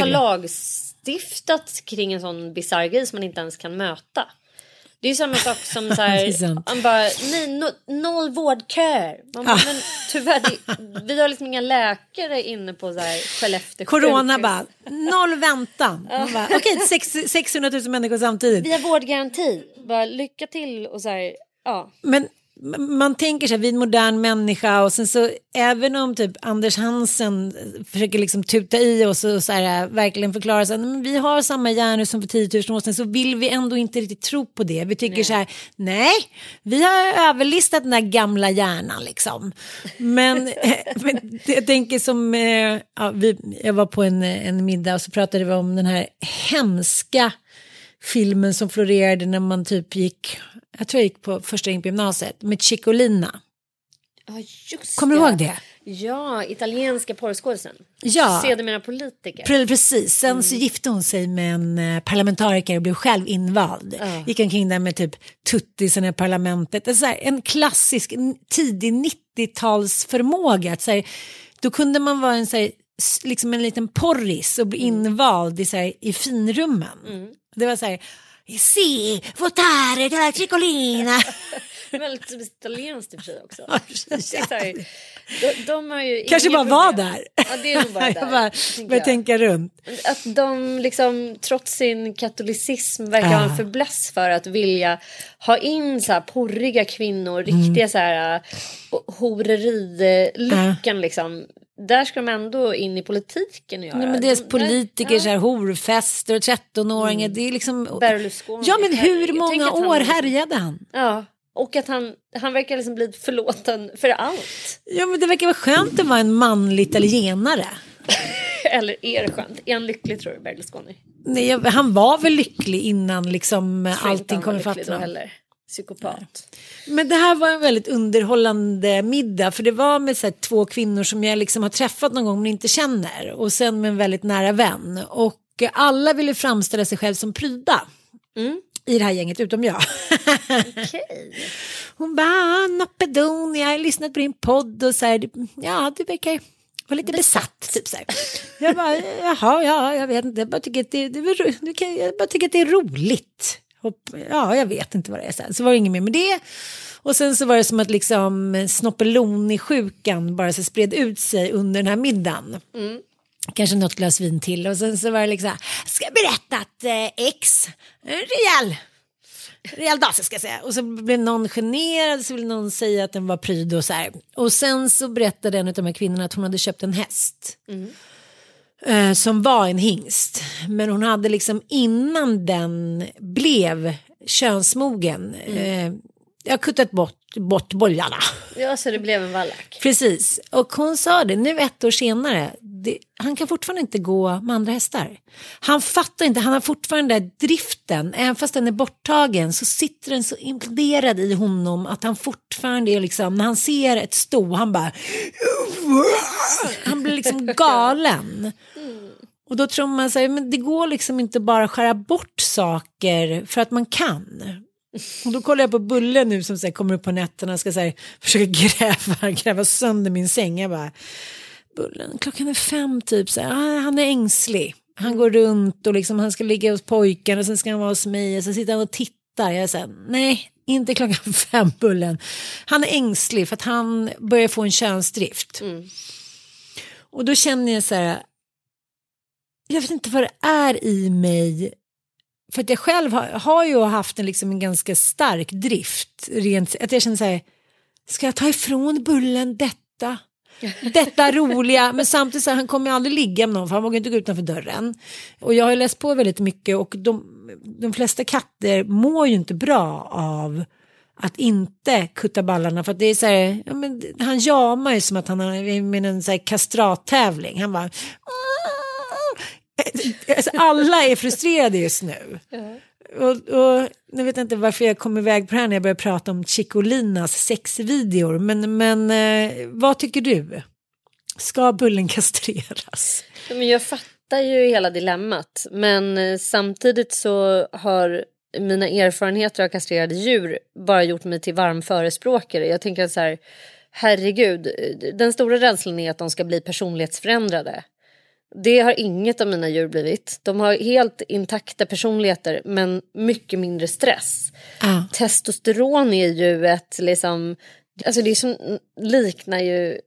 lagstiftat kring en sån bizarr grej som man inte ens kan möta? Det är samma sak som så här, man bara, nej, no, noll vårdköer. Man bara, ah. men tyvärr, det, vi har liksom inga läkare inne på så här Skellefteå. Corona bara, noll väntan. Ah. Okej, okay, sexhundratusen människor samtidigt. Vi har vårdgaranti. Bara lycka till och så här, ja. Men man tänker så här, vi är en modern människa och sen så även om typ Anders Hansen försöker liksom tuta i oss och så här, verkligen förklara så här, men vi har samma hjärnor som för tio tusen år sedan, så vill vi ändå inte riktigt tro på det. Vi tycker nej. Så här, nej, vi har överlistat den där gamla hjärnan liksom. Men, men jag tänker som, ja, vi, jag var på en, en middag och så pratade vi om den här hemska filmen som florerade när man typ gick, jag tror jag gick på första in på gymnasiet, med Ciccolina. Ja, just kommer du ihåg det? Ja, italienska porrskådisen. Ja. Sedermera politiker. Pre- precis, sen mm. så gifte hon sig med en parlamentariker och blev själv invald. Uh. Gick omkring där med typ tuttisen i parlamentet. Alltså här, en klassisk tidig nittiotalsförmåga. Så här, då kunde man vara en, så här, liksom en liten porris och bli mm. invald i, så här, i finrummen. Mm. Det var så här, sì, votare della Ciccolina. Väldigt italienskt i och för sig också. Ja, här, de, de har ju kanske bara var där. Ja, det är nog bara där. Jag bara börjar tänka runt. Att de liksom, trots sin katolicism verkar ah. ha en förbläss för att vilja ha in så här porriga kvinnor, mm. riktiga så här horeriluckan ah. liksom. Där ska de ändå in i politiken och göra. Nej, men det är politiker, ja. Så här, horfester och trettonåringar. Mm. Det är liksom... Berlusconi. Ja, men hur många år han... härjade han? Ja, och att han, han verkar liksom bli förlåten för allt. Ja, men det verkar vara skönt att vara en manlig italienare. Eller är det skönt? Är han lycklig, tror du, Berlusconi? Nej, han var väl lycklig innan liksom allting kom ifatt honom. Psykopat. Men det här var en väldigt underhållande middag, för det var med så här, två kvinnor som jag liksom har träffat någon gång men inte känner, och sen med en väldigt nära vän, och alla ville framställa sig själv som pryda mm. i det här gänget, utom jag. Okay. Hon bara, Noppedon, jag har lyssnat på din podd och så här, ja, du verkar vara lite besatt, besatt typ så här. Jag bara, jaha, ja, jag vet inte, jag bara tycker att det, det, det, jag bara tycker att det är roligt. Ja, jag vet inte vad det är sen. Så var det inget mer med det. Och sen så var det som att liksom snoppeloni-sjukan bara så spred ut sig under den här middagen. Mm. Kanske något glas vin till. Och sen så var det liksom, ska jag berätta att eh, X, rejäl, rejäl dase ska jag säga. Och så blev någon generad, så ville någon säga att den var pryd och så här. Och sen så berättade en av de här kvinnorna att hon hade köpt en häst. Mm. Uh, som var en hingst, men hon hade liksom innan den blev könsmogen mm. uh, jag har kuttat bort, bort bollarna. Ja, så det blev en vallack. Precis, och hon sa det, nu ett år senare, det, han kan fortfarande inte gå med andra hästar. Han fattar inte, han har fortfarande driften, även fast den är borttagen så sitter den så implanterad i honom att han fortfarande är liksom, när han ser ett sto, han bara, han blir liksom galen. Mm. Och då tror man sig, men det går liksom inte bara att skära bort saker för att man kan. Och då kollar jag på Bulle nu som så här, kommer upp på nätterna och ska så här, försöka gräva, gräva sönder min säng. Jag bara, Bullen, klockan är fem typ. Så här, ah, han är ängslig. Han går runt och liksom, han ska ligga hos pojken och sen ska han vara hos mig. Och så sitter han och tittar. Jag säger, nej, inte klockan fem, Bullen. Han är ängslig för att han börjar få en könsdrift. Mm. Och då känner jag så här, jag vet inte vad det är i mig. För att jag själv har, har ju haft en, liksom en ganska stark drift. Rent, att jag känner så här, ska jag ta ifrån Bullen detta? Detta roliga. Men samtidigt så här, han kommer aldrig ligga med någon för han vågar inte gå utanför dörren. Och jag har ju läst på väldigt mycket och de, de flesta katter mår ju inte bra av att inte kutta ballarna. För att det är så här, ja, men, han jamar ju som att han har med en så här kastrattävling. Han bara... Alltså, alla är frustrerade just nu. Uh-huh. och, och jag vet inte varför jag kom iväg på det här när jag började prata om Chicolinas sexvideor, men, men eh, vad tycker du? Ska Bullen kastreras? Men jag fattar ju hela dilemmat, men eh, samtidigt så har mina erfarenheter av kastrerade djur bara gjort mig till varm förespråkare. Jag tänker så här, herregud, den stora rädslan är att de ska bli personlighetsförändrade. Det har inget av mina djur blivit. De har helt intakta personligheter men mycket mindre stress. Ah. Testosteron är ju ett liksom, alltså det är som, liknar ju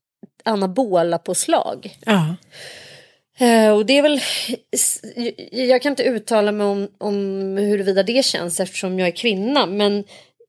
anabola påslag. Ah. Uh, och det är väl, jag kan inte uttala mig om, om huruvida det känns eftersom jag är kvinna, men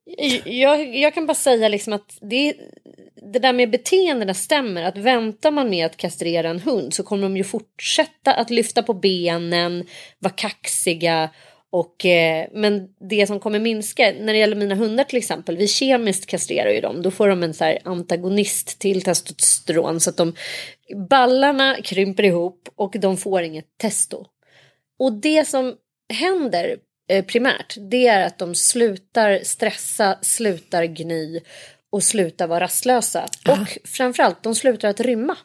jag, jag kan bara säga liksom att det, det där med beteendena stämmer. Att väntar man med att kastrera en hund så kommer de ju fortsätta att lyfta på benen, vara kaxiga. Och, eh, men det som kommer minska, när det gäller mina hundar till exempel, vi kemiskt kastrerar ju dem. Då får de en så här antagonist till testosteron så att de, ballarna krymper ihop och de får inget testo. Och det som händer eh, primärt, det är att de slutar stressa, slutar gny och slutar vara rastlösa. Uh. Och framförallt, de slutar att rymma.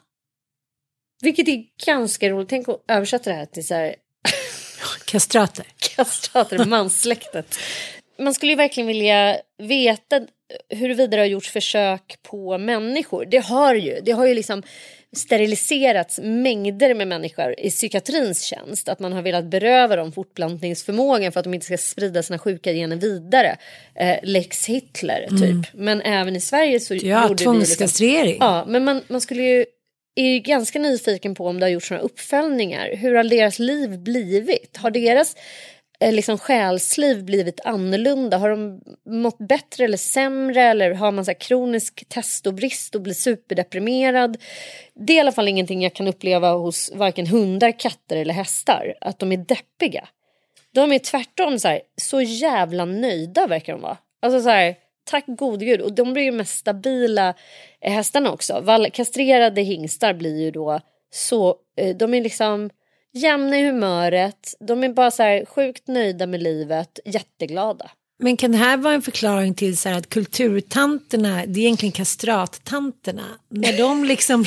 Vilket är ganska roligt. Tänk att översätta det här till så här... Kastrater. Kastrater, manssläktet. Man skulle ju verkligen vilja veta huruvida det har gjorts försök på människor. Det har ju. Det har ju liksom steriliserats mängder med människor i psykiatrins tjänst. Att man har velat beröva dem fortplantningsförmågan för att de inte ska sprida sina sjuka gener vidare. Eh, Lex Hitler, typ. Mm. Men även i Sverige så ja, gjorde tvångskastrering. Vi liksom, ja, men man, man skulle ju... är ju ganska nyfiken på om det har gjorts några uppföljningar. Hur har deras liv blivit? Har deras eh, liksom, själsliv blivit annorlunda? Har de mått bättre eller sämre? Eller har man så här, kronisk testobrist och blir superdeprimerad? Det är i alla fall ingenting jag kan uppleva hos varken hundar, katter eller hästar. Att de är deppiga. De är tvärtom så här, så jävla nöjda verkar de vara. Alltså så här... Tack gode gud. Och de blir ju mest stabila eh, hästarna också. Val- kastrerade hingstar blir ju då så... Eh, de är liksom jämna i humöret. De är bara så här sjukt nöjda med livet. Jätteglada. Men kan det här vara en förklaring till så här att kulturtanterna, det är egentligen kastrattanterna. När de liksom...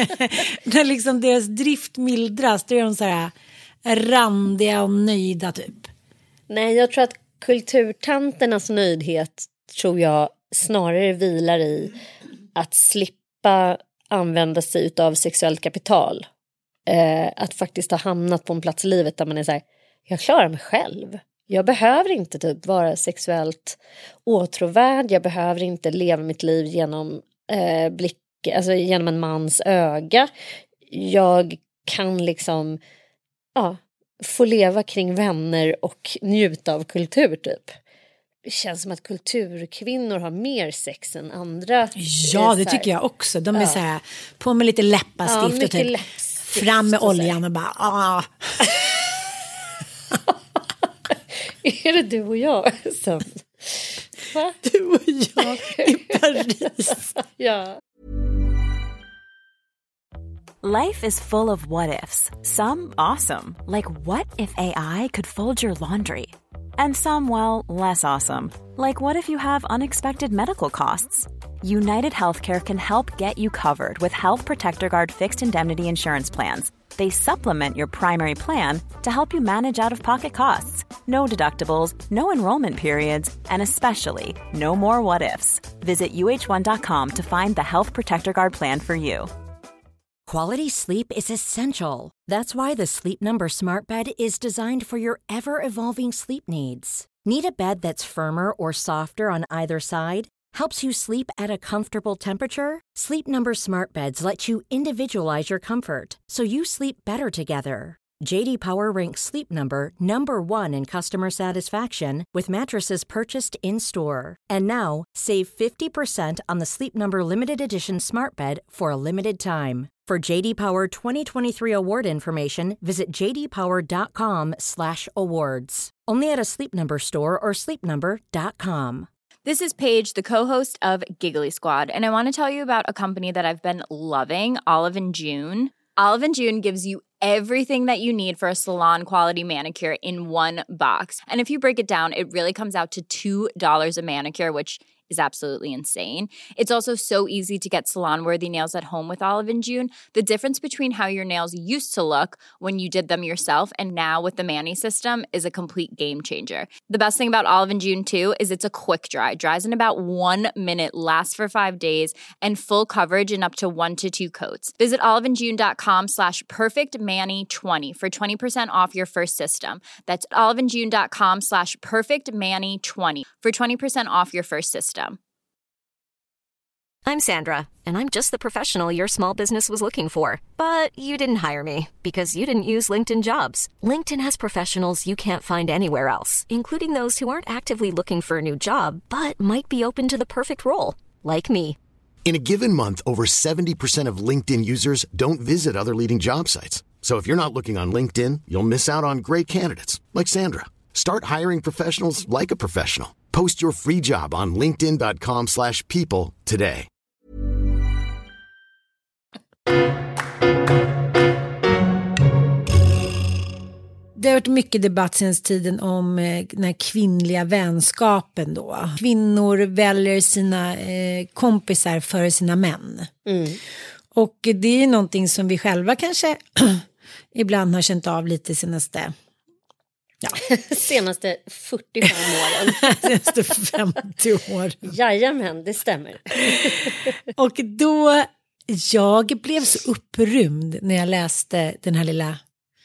när liksom deras drift mildras, då är de så här randiga och nöjda typ. Nej, jag tror att kulturtanternas nöjdhet tror jag snarare vilar i att slippa använda sig av sexuellt kapital. Eh, att faktiskt ha hamnat på en plats i livet där man är så här, jag klarar mig själv. Jag behöver inte typ vara sexuellt åtråvärd. Jag behöver inte leva mitt liv genom eh, blick, alltså genom en mans öga. Jag kan liksom ja, få leva kring vänner och njuta av kultur typ. Det känns som att kulturkvinnor har mer sex än andra. Ja, det tycker jag också. De är ja. så här, på med lite läppastift ja, och typ fram med oljan och bara, ah. Är det du och jag som... Va? Du och jag i Paris. Ja. Life is full of what-ifs. Some awesome, like what if A I could fold your laundry? And some, well, less awesome, like what if you have unexpected medical costs? United Healthcare can help get you covered with Health Protector Guard fixed indemnity insurance plans. They supplement your primary plan to help you manage out-of-pocket costs. No deductibles, no enrollment periods, and especially no more what-ifs. Visit U H one dot com to find the Health Protector Guard plan for you. Quality sleep is essential. That's why the Sleep Number Smart Bed is designed for your ever-evolving sleep needs. Need a bed that's firmer or softer on either side? Helps you sleep at a comfortable temperature? Sleep Number Smart Beds let you individualize your comfort so you sleep better together. J D Power ranks Sleep Number number one in customer satisfaction with mattresses purchased in-store. And now, save fifty percent on the Sleep Number Limited Edition Smart Bed for a limited time. For J D Power twenty twenty-three award information, visit j d power dot com slash awards. Only at a Sleep Number store or sleep number dot com. This is Paige, the co-host of Giggly Squad, and I want to tell you about a company that I've been loving, Olive and June. Olive and June gives you everything that you need for a salon-quality manicure in one box. And if you break it down, it really comes out to two dollars a manicure, which is absolutely insane. It's also so easy to get salon-worthy nails at home with Olive and June. The difference between how your nails used to look when you did them yourself and now with the Mani system is a complete game changer. The best thing about Olive and June, too, is it's a quick dry. Dries in about one minute, lasts for five days, and full coverage in up to one to two coats. Visit oliveandjune.com slash perfectmani20 for twenty percent off your first system. That's oliveandjune.com slash perfectmani20 for twenty percent off your first system. I'm Sandra, and I'm just the professional your small business was looking for. But you didn't hire me because you didn't use LinkedIn Jobs. LinkedIn has professionals you can't find anywhere else, including those who aren't actively looking for a new job, but might be open to the perfect role, like me. In a given month, over seventy percent of LinkedIn users don't visit other leading job sites. So if you're not looking on LinkedIn, you'll miss out on great candidates like Sandra. Start hiring professionals like a professional. Post your free job on linkedin dot com slash people today. Det har varit mycket debatt sedan tiden om eh, den här kvinnliga vänskapen då. Kvinnor väljer sina eh, kompisar för sina män. Mm. Och det är någonting som vi själva kanske ibland har känt av lite senaste... Ja. Senaste fyrtiofem åren. Senaste femtio år. Jajamän, det stämmer. Och då, jag blev så upprymd när jag läste den här lilla,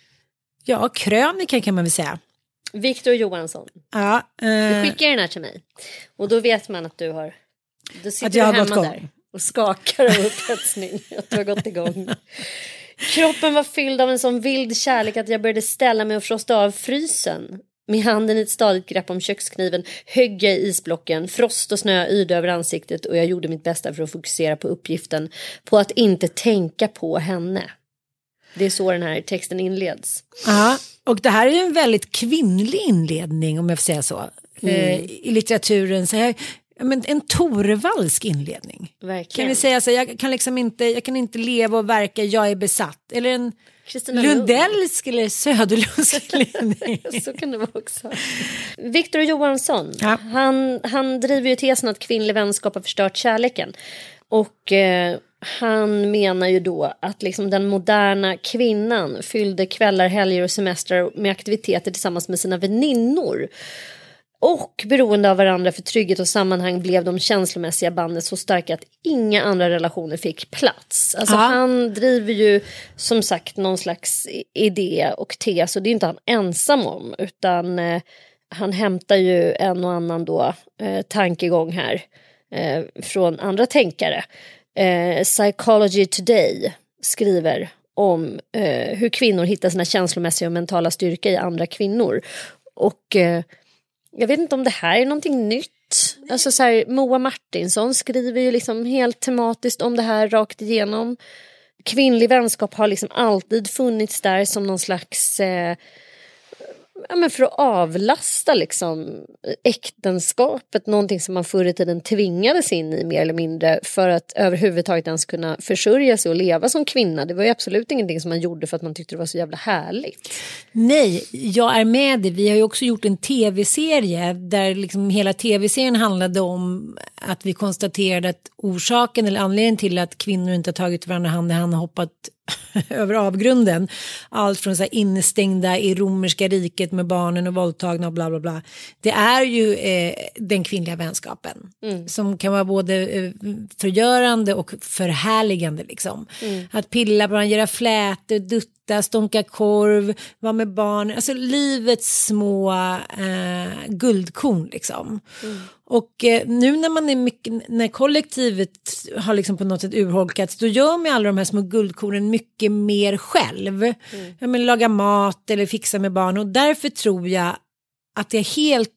ja, krönikan kan man väl säga. Victor Johansson. Ja. Eh, du skickar den här till mig. Och då vet man att du har, då sitter att jag du har hemma gått där och skakar av upphetsning. Att du har gått igång. Kroppen var fylld av en sån vild kärlek att jag började ställa mig och frosta av frysen. Med handen i ett stadigt grepp om kökskniven högg jag i isblocken, frost och snö yrde över ansiktet och jag gjorde mitt bästa för att fokusera på uppgiften, på att inte tänka på henne. Det är så den här texten inleds. Ja, och det här är en väldigt kvinnlig inledning om jag får säga så. Mm. Eh, I litteraturen så här... Men en Torvaldsk inledning. Verkligen. Kan vi säga så, jag kan liksom inte, jag kan inte leva och verka, jag är besatt. Eller en Kristina Lundellsk Lund. Eller Söderlundsk inledning. Så kan det vara också. Victor Johansson, ja. han, han driver ju tesen att kvinnlig vänskap har förstört kärleken. Och eh, han menar ju då att liksom den moderna kvinnan fyllde kvällar, helger och semestrar med aktiviteter tillsammans med sina väninnor. Och beroende av varandra för trygghet och sammanhang blev de känslomässiga banden så starka att inga andra relationer fick plats. Alltså Aha. han driver ju som sagt någon slags idé och tes, och det är inte han ensam om, utan eh, han hämtar ju en och annan då eh, tankegång här eh, från andra tänkare. Eh, Psychology Today skriver om eh, hur kvinnor hittar sina känslomässiga och mentala styrka i andra kvinnor. Och eh, jag vet inte om det här är någonting nytt. Alltså så här, Moa Martinsson skriver ju liksom helt tematiskt om det här rakt igenom. Kvinnlig vänskap har liksom alltid funnits där som någon slags... Eh, ja, men för att avlasta liksom äktenskapet, någonting som man förr i tiden tvingades in i mer eller mindre för att överhuvudtaget ens kunna försörja sig och leva som kvinna. Det var ju absolut ingenting som man gjorde för att man tyckte det var så jävla härligt. Nej, jag är med det. Vi har ju också gjort en tv-serie där liksom hela tv-serien handlade om att vi konstaterade att orsaken eller anledningen till att kvinnor inte har tagit varandra hand i hand och hoppat över avgrunden. Allt från så här instängda i romerska riket med barnen och våldtagna och bla bla bla. Det är ju eh, den kvinnliga vänskapen mm. som kan vara både eh, förgörande och förhärligande liksom. Mm. Att pilla på varandra, göra flätor, dutta, stånka korv, vara med barn. Alltså livets små eh, guldkorn liksom. Mm. Och eh, nu när man är mycket, när kollektivet har liksom på något sätt urholkats, då gör man alla de här små guldkornen mycket mer själv. Mm. Jag menar, laga mat eller fixa med barn, och därför tror jag att det är helt,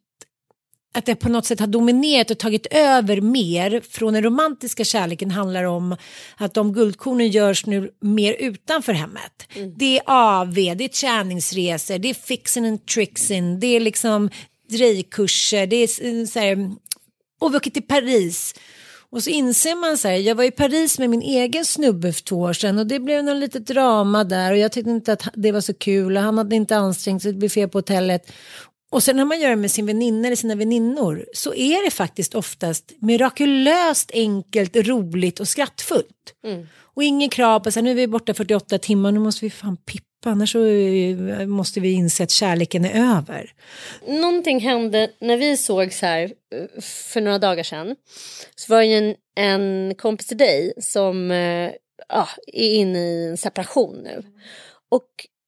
att det på något sätt har dominerat och tagit över mer från den romantiska kärleken. Handlar om att de guldkornen görs nu mer utanför hemmet. Mm. Det är A V, det är träningsresor, det är fixing and trixing, det är liksom drejkurser, det är så här, och vi åker till Paris. Och så inser man så här, jag var i Paris med min egen snubbe för två år sedan och det blev någon litet drama där och jag tyckte inte att det var så kul och han hade inte ansträngt sig, det blev fel på hotellet. Och sen när man gör det med sin väninna eller sina väninnor så är det faktiskt oftast mirakulöst enkelt, roligt och skrattfullt. Mm. Och ingen krav på så här, nu är vi borta fyrtioåtta timmar, nu måste vi fan pippa, annars så måste vi inse att kärleken är över. Någonting hände när vi såg så här för några dagar sedan. Så var det en, en kompis till dig som ja, är inne i en separation nu. Och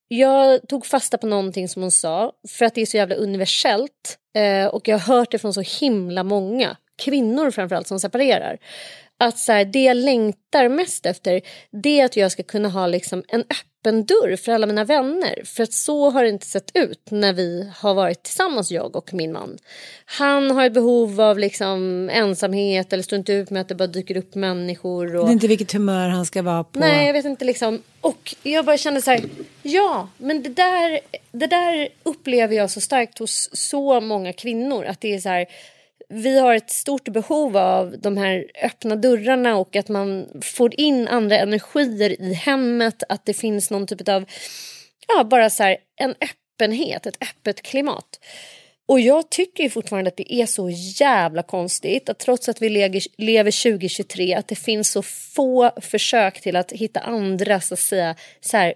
jag tog fasta på någonting som hon sa, för att det är så jävla universellt. Eh, och jag har hört det från så himla många kvinnor framförallt som separerar. Att så här, det jag längtar mest efter, det är att jag ska kunna ha liksom en öppen dörr för alla mina vänner. För att så har det inte sett ut när vi har varit tillsammans, jag och min man. Han har ett behov av liksom ensamhet eller står inte ut med att det bara dyker upp människor. Och... Det är inte vilket humör han ska vara på. Nej, jag vet inte liksom. Och jag bara kände så här, ja, men det där, det där upplever jag så starkt hos så många kvinnor. Att det är så här, vi har ett stort behov av de här öppna dörrarna och att man får in andra energier i hemmet. Att det finns någon typ av, ja, bara så här en öppenhet, ett öppet klimat. Och jag tycker ju fortfarande att det är så jävla konstigt att trots att vi lever tjugo tjugotre att det finns så få försök till att hitta andra så att säga, så här,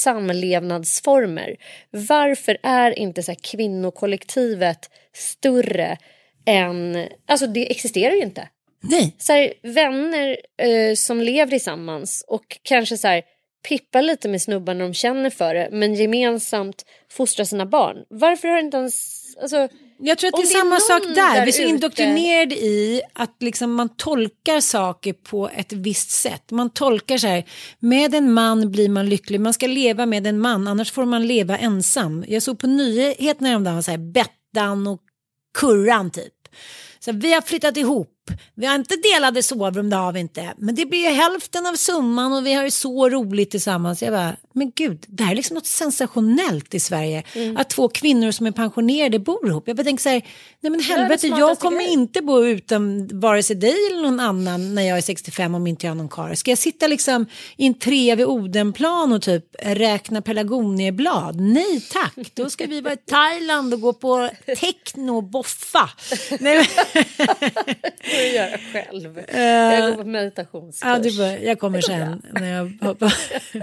samlevnadsformer. Varför är inte så här kvinnokollektivet större än, alltså det existerar ju inte. Nej. Så här, vänner eh, som lever tillsammans och kanske så här pippar lite med snubbar när de känner för det, men gemensamt fostrar sina barn. Varför har inte ens, alltså, jag tror att det är samma sak där. där. Vi är så indoktrinerade i att liksom man tolkar saker på ett visst sätt. Man tolkar så här, med en man blir man lycklig. Man ska leva med en man, annars får man leva ensam. Jag såg på nyheterna häromdagen så här, Bettan och Kurran typ. Så vi har flyttat ihop. Vi har inte delade sovrum, det har vi inte. Men det blir ju hälften av summan och vi har ju så roligt tillsammans. Jag bara, men gud, det här är liksom något sensationellt i Sverige. Mm. Att två kvinnor som är pensionerade bor ihop. Jag bara tänker så här, nej men helvete, jag kommer grej. inte bo utan vare sig dig eller någon annan när jag är sextiofem om inte jag har någon kar. Ska jag sitta liksom i en tre vid Odenplan och typ räkna pelargonieblad? Nej tack, då ska vi vara i Thailand och gå på techno och boffa. Nej men... Jag gör själv. Uh, jag går på meditationskurs. Ja, du bör, jag kommer sen när jag hoppar.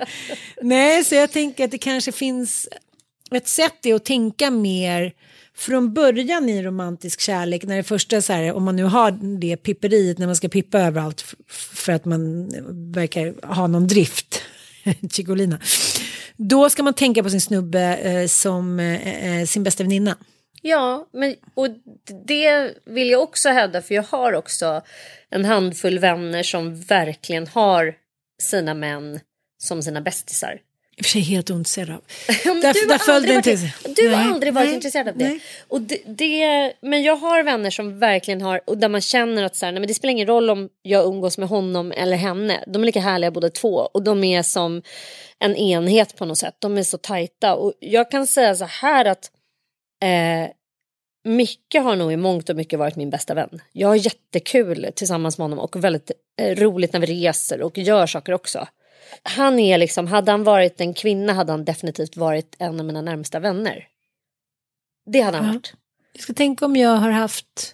Nej, så jag tänker att det kanske finns ett sätt att tänka mer från början i romantisk kärlek. När det första så här, om man nu har det pipperiet när man ska pippa överallt för att man verkar ha någon drift. Chicolina. Då ska man tänka på sin snubbe eh, som eh, sin bästa väninna. Ja, men och det vill jag också hävda, för jag har också en handfull vänner som verkligen har sina män som sina bästisar. I och för sig helt ointresserad av. där, du där har, aldrig varit, till... du har aldrig varit nej, intresserad av det. Nej. Och det, det. Men jag har vänner som verkligen har, och där man känner att så här, nej, men det spelar ingen roll om jag umgås med honom eller henne. De är lika härliga båda två och de är som en enhet på något sätt. De är så tajta och jag kan säga så här att Eh, Micke har nog i mångt och mycket varit min bästa vän. Jag har jättekul tillsammans med honom och väldigt eh, roligt när vi reser och gör saker också. Han är liksom, hade han varit en kvinna hade han definitivt varit en av mina närmsta vänner. Det hade han ja. varit. Jag ska tänka om jag har haft...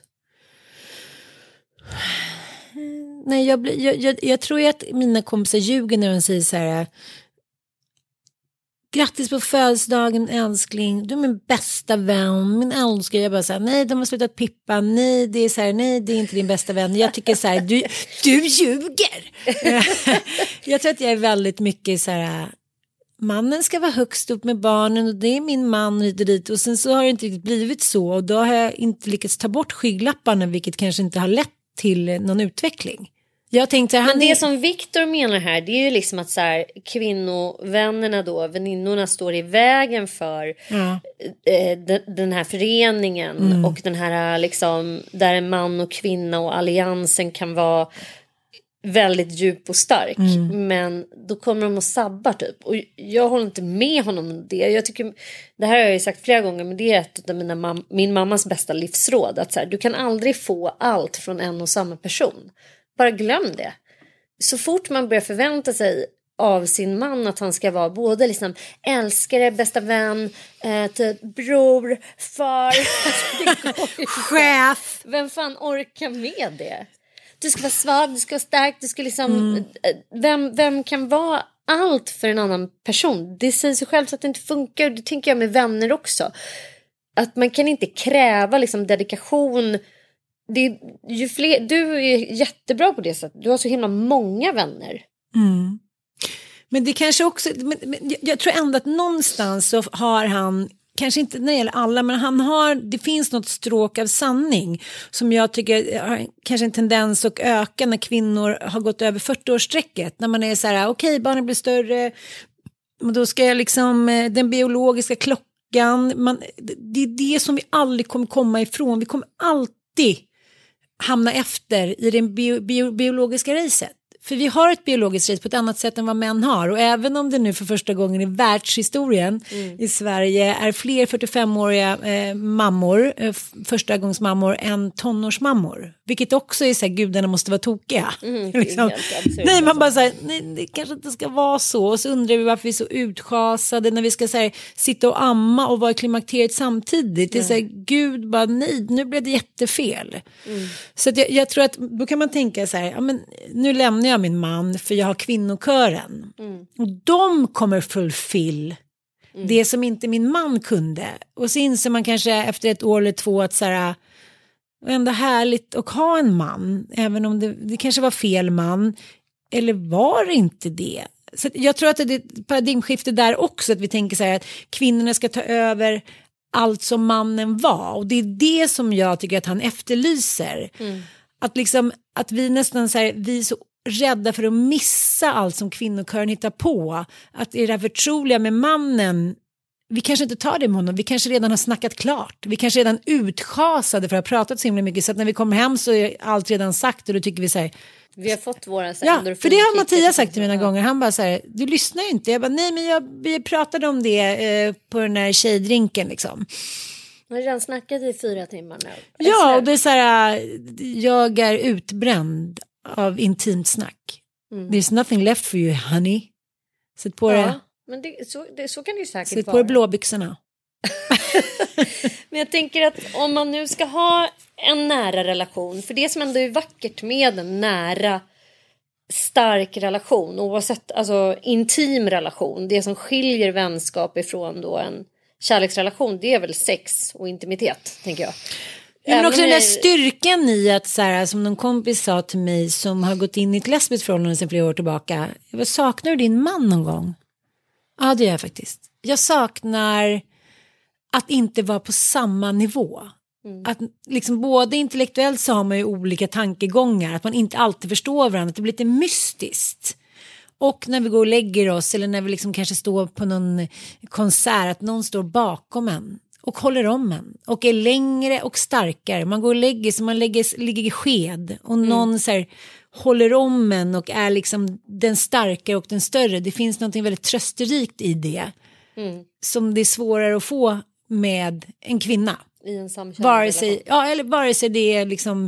Nej, jag, blir, jag, jag, jag tror att mina kompisar ljuger när de säger så här: grattis på födelsedagen älskling, du är min bästa vän, min älskare. Jag bara så här, nej de har slutat pippa, nej det är så här, nej det är inte din bästa vän. Jag tycker så här, du, du ljuger. Jag tror att jag är väldigt mycket så här, mannen ska vara högst upp med barnen och det är min man hit och dit. Och sen så har det inte riktigt blivit så och då har jag inte lyckats ta bort skygglapparna, vilket kanske inte har lett till någon utveckling. Jag tänkte, han Men det är... som Victor menar här, det är ju liksom att så här, kvinnovännerna då, väninnorna står i vägen för ja. eh, den, den här föreningen mm. och den här liksom, där en man och kvinna och alliansen kan vara väldigt djup och stark. Mm. Men då kommer de att sabba typ. Och jag håller inte med honom om det. Jag tycker, det här har jag ju sagt flera gånger, men det är ett av mina mam- min mammas bästa livsråd. Att så här, du kan aldrig få allt från en och samma person. Bara glöm det. Så fort man börjar förvänta sig av sin man att han ska vara både liksom älskare, bästa vän, eh, typ bror, far, chef. Vem fan orkar med det? Du ska vara svag, du ska vara stark, du ska liksom... Mm. Vem, vem kan vara allt för en annan person? Det säger sig själv så att det inte funkar. Det tänker jag med vänner också. Att man kan inte kräva liksom dedikation. Det är, ju fler, du är jättebra på det sättet. Du har så himla många vänner. Mm. Men det kanske också... Men, men jag tror ändå att någonstans så har han... Kanske inte när det gäller alla, men han har, det finns något stråk av sanning som jag tycker har kanske en tendens att öka när kvinnor har gått över fyrtio-årsstrecket. När man är så här, okej, okay, barnen blir större, och då ska jag liksom, den biologiska klockan, man, det är det som vi aldrig kommer komma ifrån. Vi kommer alltid hamna efter i den bio, bio, biologiska racet. För vi har ett biologiskt race på ett annat sätt än vad män har. Och även om det nu för första gången i världshistorien mm. i Sverige är fler fyrtiofemåriga eh, mammor, eh, förstagångsmammor än tonårsmammor. Vilket också är så här, gudarna måste vara tokiga. Mm, liksom. Nej, man bara säger, nej, det kanske inte ska vara så. Och så undrar vi varför vi är så utschasade när vi ska så här, sitta och amma och vara i klimakteriet samtidigt. Det är så här, gud bara nej, nu blev det jättefel. Mm. Så att jag, jag tror att då kan man tänka så här, ja, men nu lämnar jag min man för jag har kvinnokören. Mm. Och de kommer fulfill mm. det som inte min man kunde. Och så inser man kanske efter ett år eller två att så här, ändå härligt att ha en man. Även om det, det kanske var fel man. Eller var det inte det? Så jag tror att det är ett paradigmskifte där också. Att vi tänker så här att kvinnorna ska ta över allt som mannen var. Och det är det som jag tycker att han efterlyser. Mm. Att liksom, att vi nästan så här, vi är så rädda för att missa allt som kvinnokören hittar på. Att det är det här förtroliga med mannen, vi kanske inte tar det med honom, vi kanske redan har snackat klart. Vi kanske redan utschasade för att ha pratat så himla mycket så att när vi kommer hem så är allt redan sagt och då tycker vi så här. Vi har fått våra... Så ja, för det har Mattias sagt till mina gånger. Han bara så här, du lyssnar ju inte. Jag bara, nej men jag, vi pratade om det eh, på den här tjejdrinken liksom. Man har redan snackat i fyra timmar nu. Ja, och det är så här, jag är utbränd av intimt snack. Mm. There's nothing left for you, honey. Sätt på ja, det. Men det, så, det, så kan det ju säkert Sätt vara. på det blåbyxorna. Men jag tänker att om man nu ska ha en nära relation, för det som ändå är vackert med en nära stark relation, oavsett alltså intim relation, det som skiljer vänskap ifrån då en kärleksrelation, det är väl sex och intimitet, tänker jag. Ja, men också den där styrkan i att så här, som någon kompis sa till mig som har gått in i ett lesbiskt förhållande sedan flera år tillbaka. Jag saknar du din man någon gång? Ja, det gör jag faktiskt. Jag saknar att inte vara på samma nivå. Mm. Att liksom både intellektuellt så har man ju olika tankegångar. Att man inte alltid förstår varandra. Att det blir lite mystiskt. Och när vi går och lägger oss eller när vi liksom kanske står på någon konsert, att någon står bakom en och håller om en och är längre och starkare. Man går och lägger sig, man lägger, ligger i sked och mm. någon så här håller om en och är liksom den starkare och den större. Det finns något väldigt trösterikt i det mm. som det är svårare att få med en kvinna. I en samkönad vare sig, relation. ja, eller vare sig det är liksom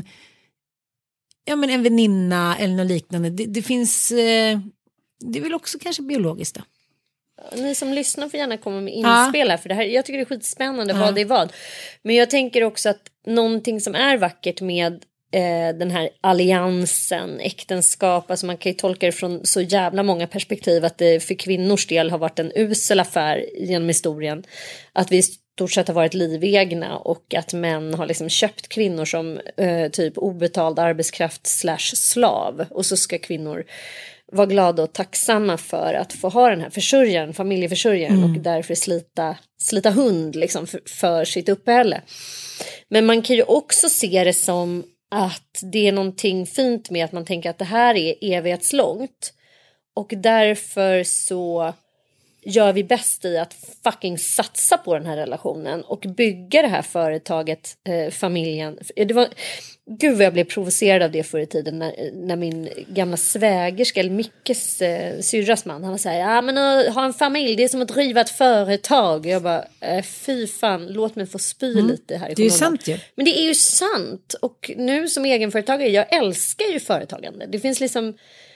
ja, men en väninna eller något liknande. Det, det finns, eh, det är väl också kanske biologiskt då. Ni som lyssnar får gärna komma med inspel här, för det här, jag tycker det är skitspännande ja. vad det är vad. Men jag tänker också att någonting som är vackert med eh, den här alliansen, äktenskap, alltså man kan ju tolka det från så jävla många perspektiv, att det för kvinnors del har varit en usel affär genom historien. Att vi i stort sett har varit livegna och att män har liksom köpt kvinnor som eh, typ obetald arbetskraft slash slav, och så ska kvinnor var glada och tacksamma för att få ha den här försörjaren, familjeförsörjaren mm. och därför slita, slita hund liksom för, för sitt uppehälle. Men man kan ju också se det som att det är någonting fint med att man tänker att det här är evighetslångt, och därför så gör vi bäst i att fucking satsa på den här relationen och bygga det här företaget, eh, familjen. Det var, gud vad jag blev provocerad av det förr i tiden när, när min gamla svägerska, eller Mickes eh, syrras man, han var så här, ja men att ha en familj, det är som att driva ett företag. Jag bara, eh, fy fan, låt mig få spy mm. lite här. Det är ju sant ju. Men det är ju sant, och nu som egenföretagare, jag älskar ju företagande. Det finns liksom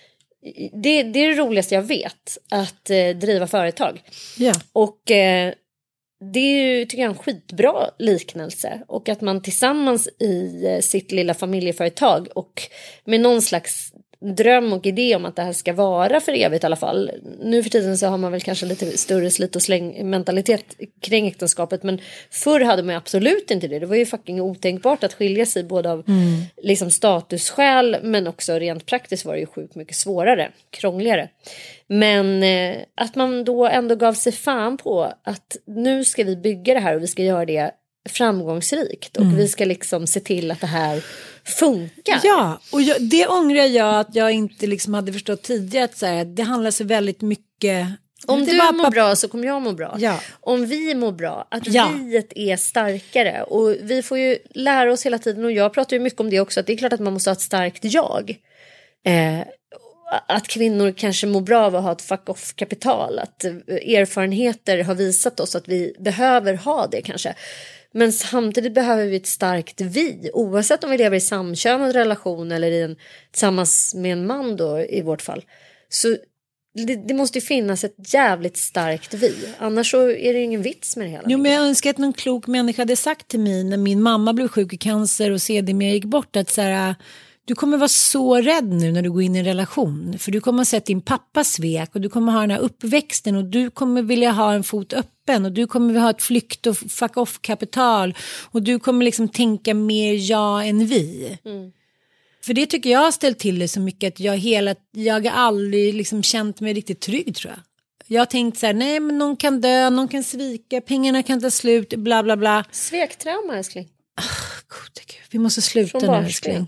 Det, det är det roligaste jag vet, att eh, driva företag. Ja. Och eh, det är ju, tycker jag, en skitbra liknelse. Och att man tillsammans i eh, sitt lilla familjeföretag och med någon slags dröm och idé om att det här ska vara för evigt i alla fall. Nu för tiden så har man väl kanske lite större slit och släng mentalitet kring äktenskapet, men förr hade man absolut inte det. Det var ju fucking otänkbart att skilja sig både av mm. liksom statusskäl, men också rent praktiskt var det ju sjukt mycket svårare, krångligare. Men eh, att man då ändå gav sig fan på att nu ska vi bygga det här och vi ska göra det framgångsrikt, och mm. vi ska liksom se till att det här funkar. Ja, och jag, det ångrar jag att jag inte liksom hade förstått tidigare, att så här, det handlar så väldigt mycket om du bara mår på... bra så kommer jag må bra. Ja. Om vi mår bra, att ja. viet är starkare, och vi får ju lära oss hela tiden, och jag pratar ju mycket om det också, att det är klart att man måste ha ett starkt jag. Eh, att kvinnor kanske mår bra av att ha ett fuck off kapital, att erfarenheter har visat oss att vi behöver ha det kanske. Men samtidigt behöver vi ett starkt vi, oavsett om vi lever i samkönad relation eller i en, tillsammans med en man då i vårt fall. Så det, det måste ju finnas ett jävligt starkt vi, annars så är det ingen vits med det hela. Jo, men jag önskar att någon klok människa hade sagt till mig när min mamma blev sjuk i cancer och sedermera gick bort, att så här, du kommer vara så rädd nu när du går in i en relation, för du kommer ha sett din pappa svek och du kommer ha den här uppväxten och du kommer vilja ha en fot öppen och du kommer vilja ha ett flykt och fuck off kapital och du kommer liksom tänka mer jag än vi. Mm. För det tycker jag har ställt till det så mycket att jag hela, jag har aldrig liksom känt mig riktigt trygg, tror jag. Jag har tänkt så här, nej men någon kan dö, någon kan svika, pengarna kan ta slut, bla bla bla. Svektrauma, älskling. Oh, gode Gud, vi måste sluta nu, älskling.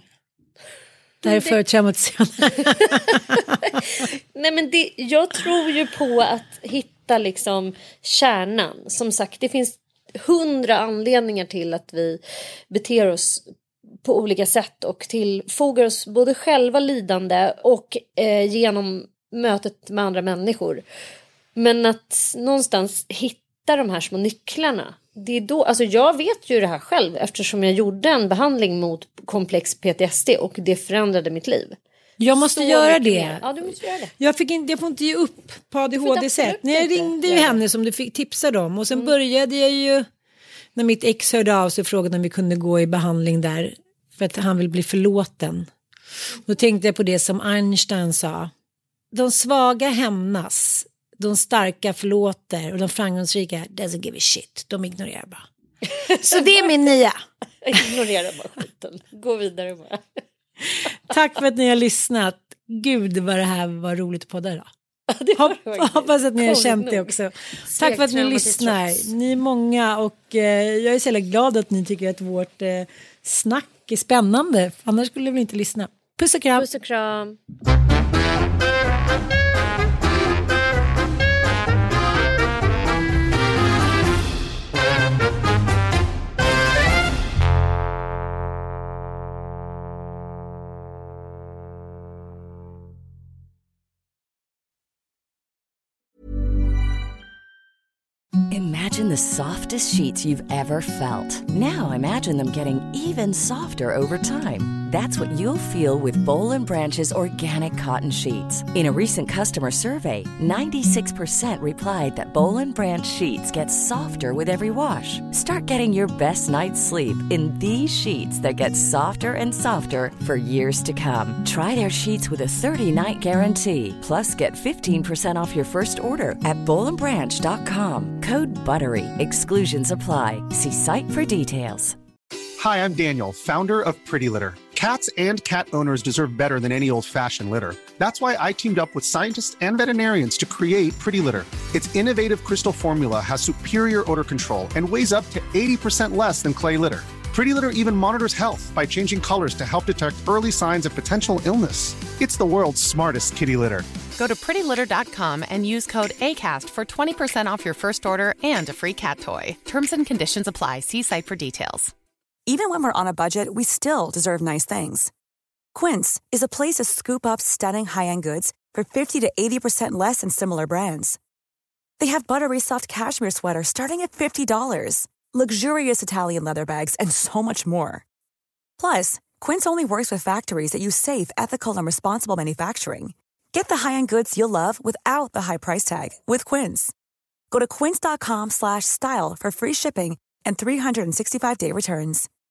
Det här är för traumatiserande. Nej, men det, jag tror ju på att hitta liksom kärnan. Som sagt, det finns hundra anledningar till att vi beter oss på olika sätt och tillfogar oss både själva lidande och eh, genom mötet med andra människor. Men att någonstans hitta de här små nycklarna. Det är då, alltså jag vet ju det här själv eftersom jag gjorde en behandling mot komplex P T S D och det förändrade mitt liv. Jag måste så göra det. Mer. Ja, du måste göra det. Jag, fick inte, jag får inte ge upp på A D H D-sätt. Nej, jag ringde ju henne som du fick tipsa om. Och sen mm. började jag ju, när mitt ex hörde av sig och frågade om vi kunde gå i behandling där. För att han vill bli förlåten. Då tänkte jag på det som Einstein sa. De svaga hämnas. De starka förlåter och de framgångsrika doesn't give a shit. De ignorerar bara. Så det är min nya. Ignorera bara skiten. Gå vidare bara. Tack för att ni har lyssnat. Gud vad det här var roligt att podda idag. Hopp, hoppas att ni har känt det också. Tack för att ni lyssnar. Ni är många och eh, jag är så glad att ni tycker att vårt eh, snack är spännande. Annars skulle vi inte lyssna. Puss och kram. Puss och kram. In Imagine the softest sheets you've ever felt. Now imagine them getting even softer over time. That's what you'll feel with Bowl and Branch's organic cotton sheets. In a recent customer survey, ninety-six percent replied that Bowl and Branch sheets get softer with every wash. Start getting your best night's sleep in these sheets that get softer and softer for years to come. Try their sheets with a thirty-night guarantee. Plus, get fifteen percent off your first order at bowl and branch dot com. Code BUTTERY. Exclusions apply. See site for details. Hi, I'm Daniel, founder of Pretty Litter. Cats and cat owners deserve better than any old-fashioned litter. That's why I teamed up with scientists and veterinarians to create Pretty Litter. Its innovative crystal formula has superior odor control and weighs up to eighty percent less than clay litter. Pretty Litter even monitors health by changing colors to help detect early signs of potential illness. It's the world's smartest kitty litter. Go to pretty litter dot com and use code ACAST for twenty percent off your first order and a free cat toy. Terms and conditions apply. See site for details. Even when we're on a budget, we still deserve nice things. Quince is a place to scoop up stunning high-end goods for fifty to eighty percent less than similar brands. They have buttery soft cashmere sweaters starting at fifty dollars, luxurious Italian leather bags, and so much more. Plus, Quince only works with factories that use safe, ethical, and responsible manufacturing. Get the high-end goods you'll love without the high price tag with Quince. Go to quince dot com slash style for free shipping and three sixty-five day returns.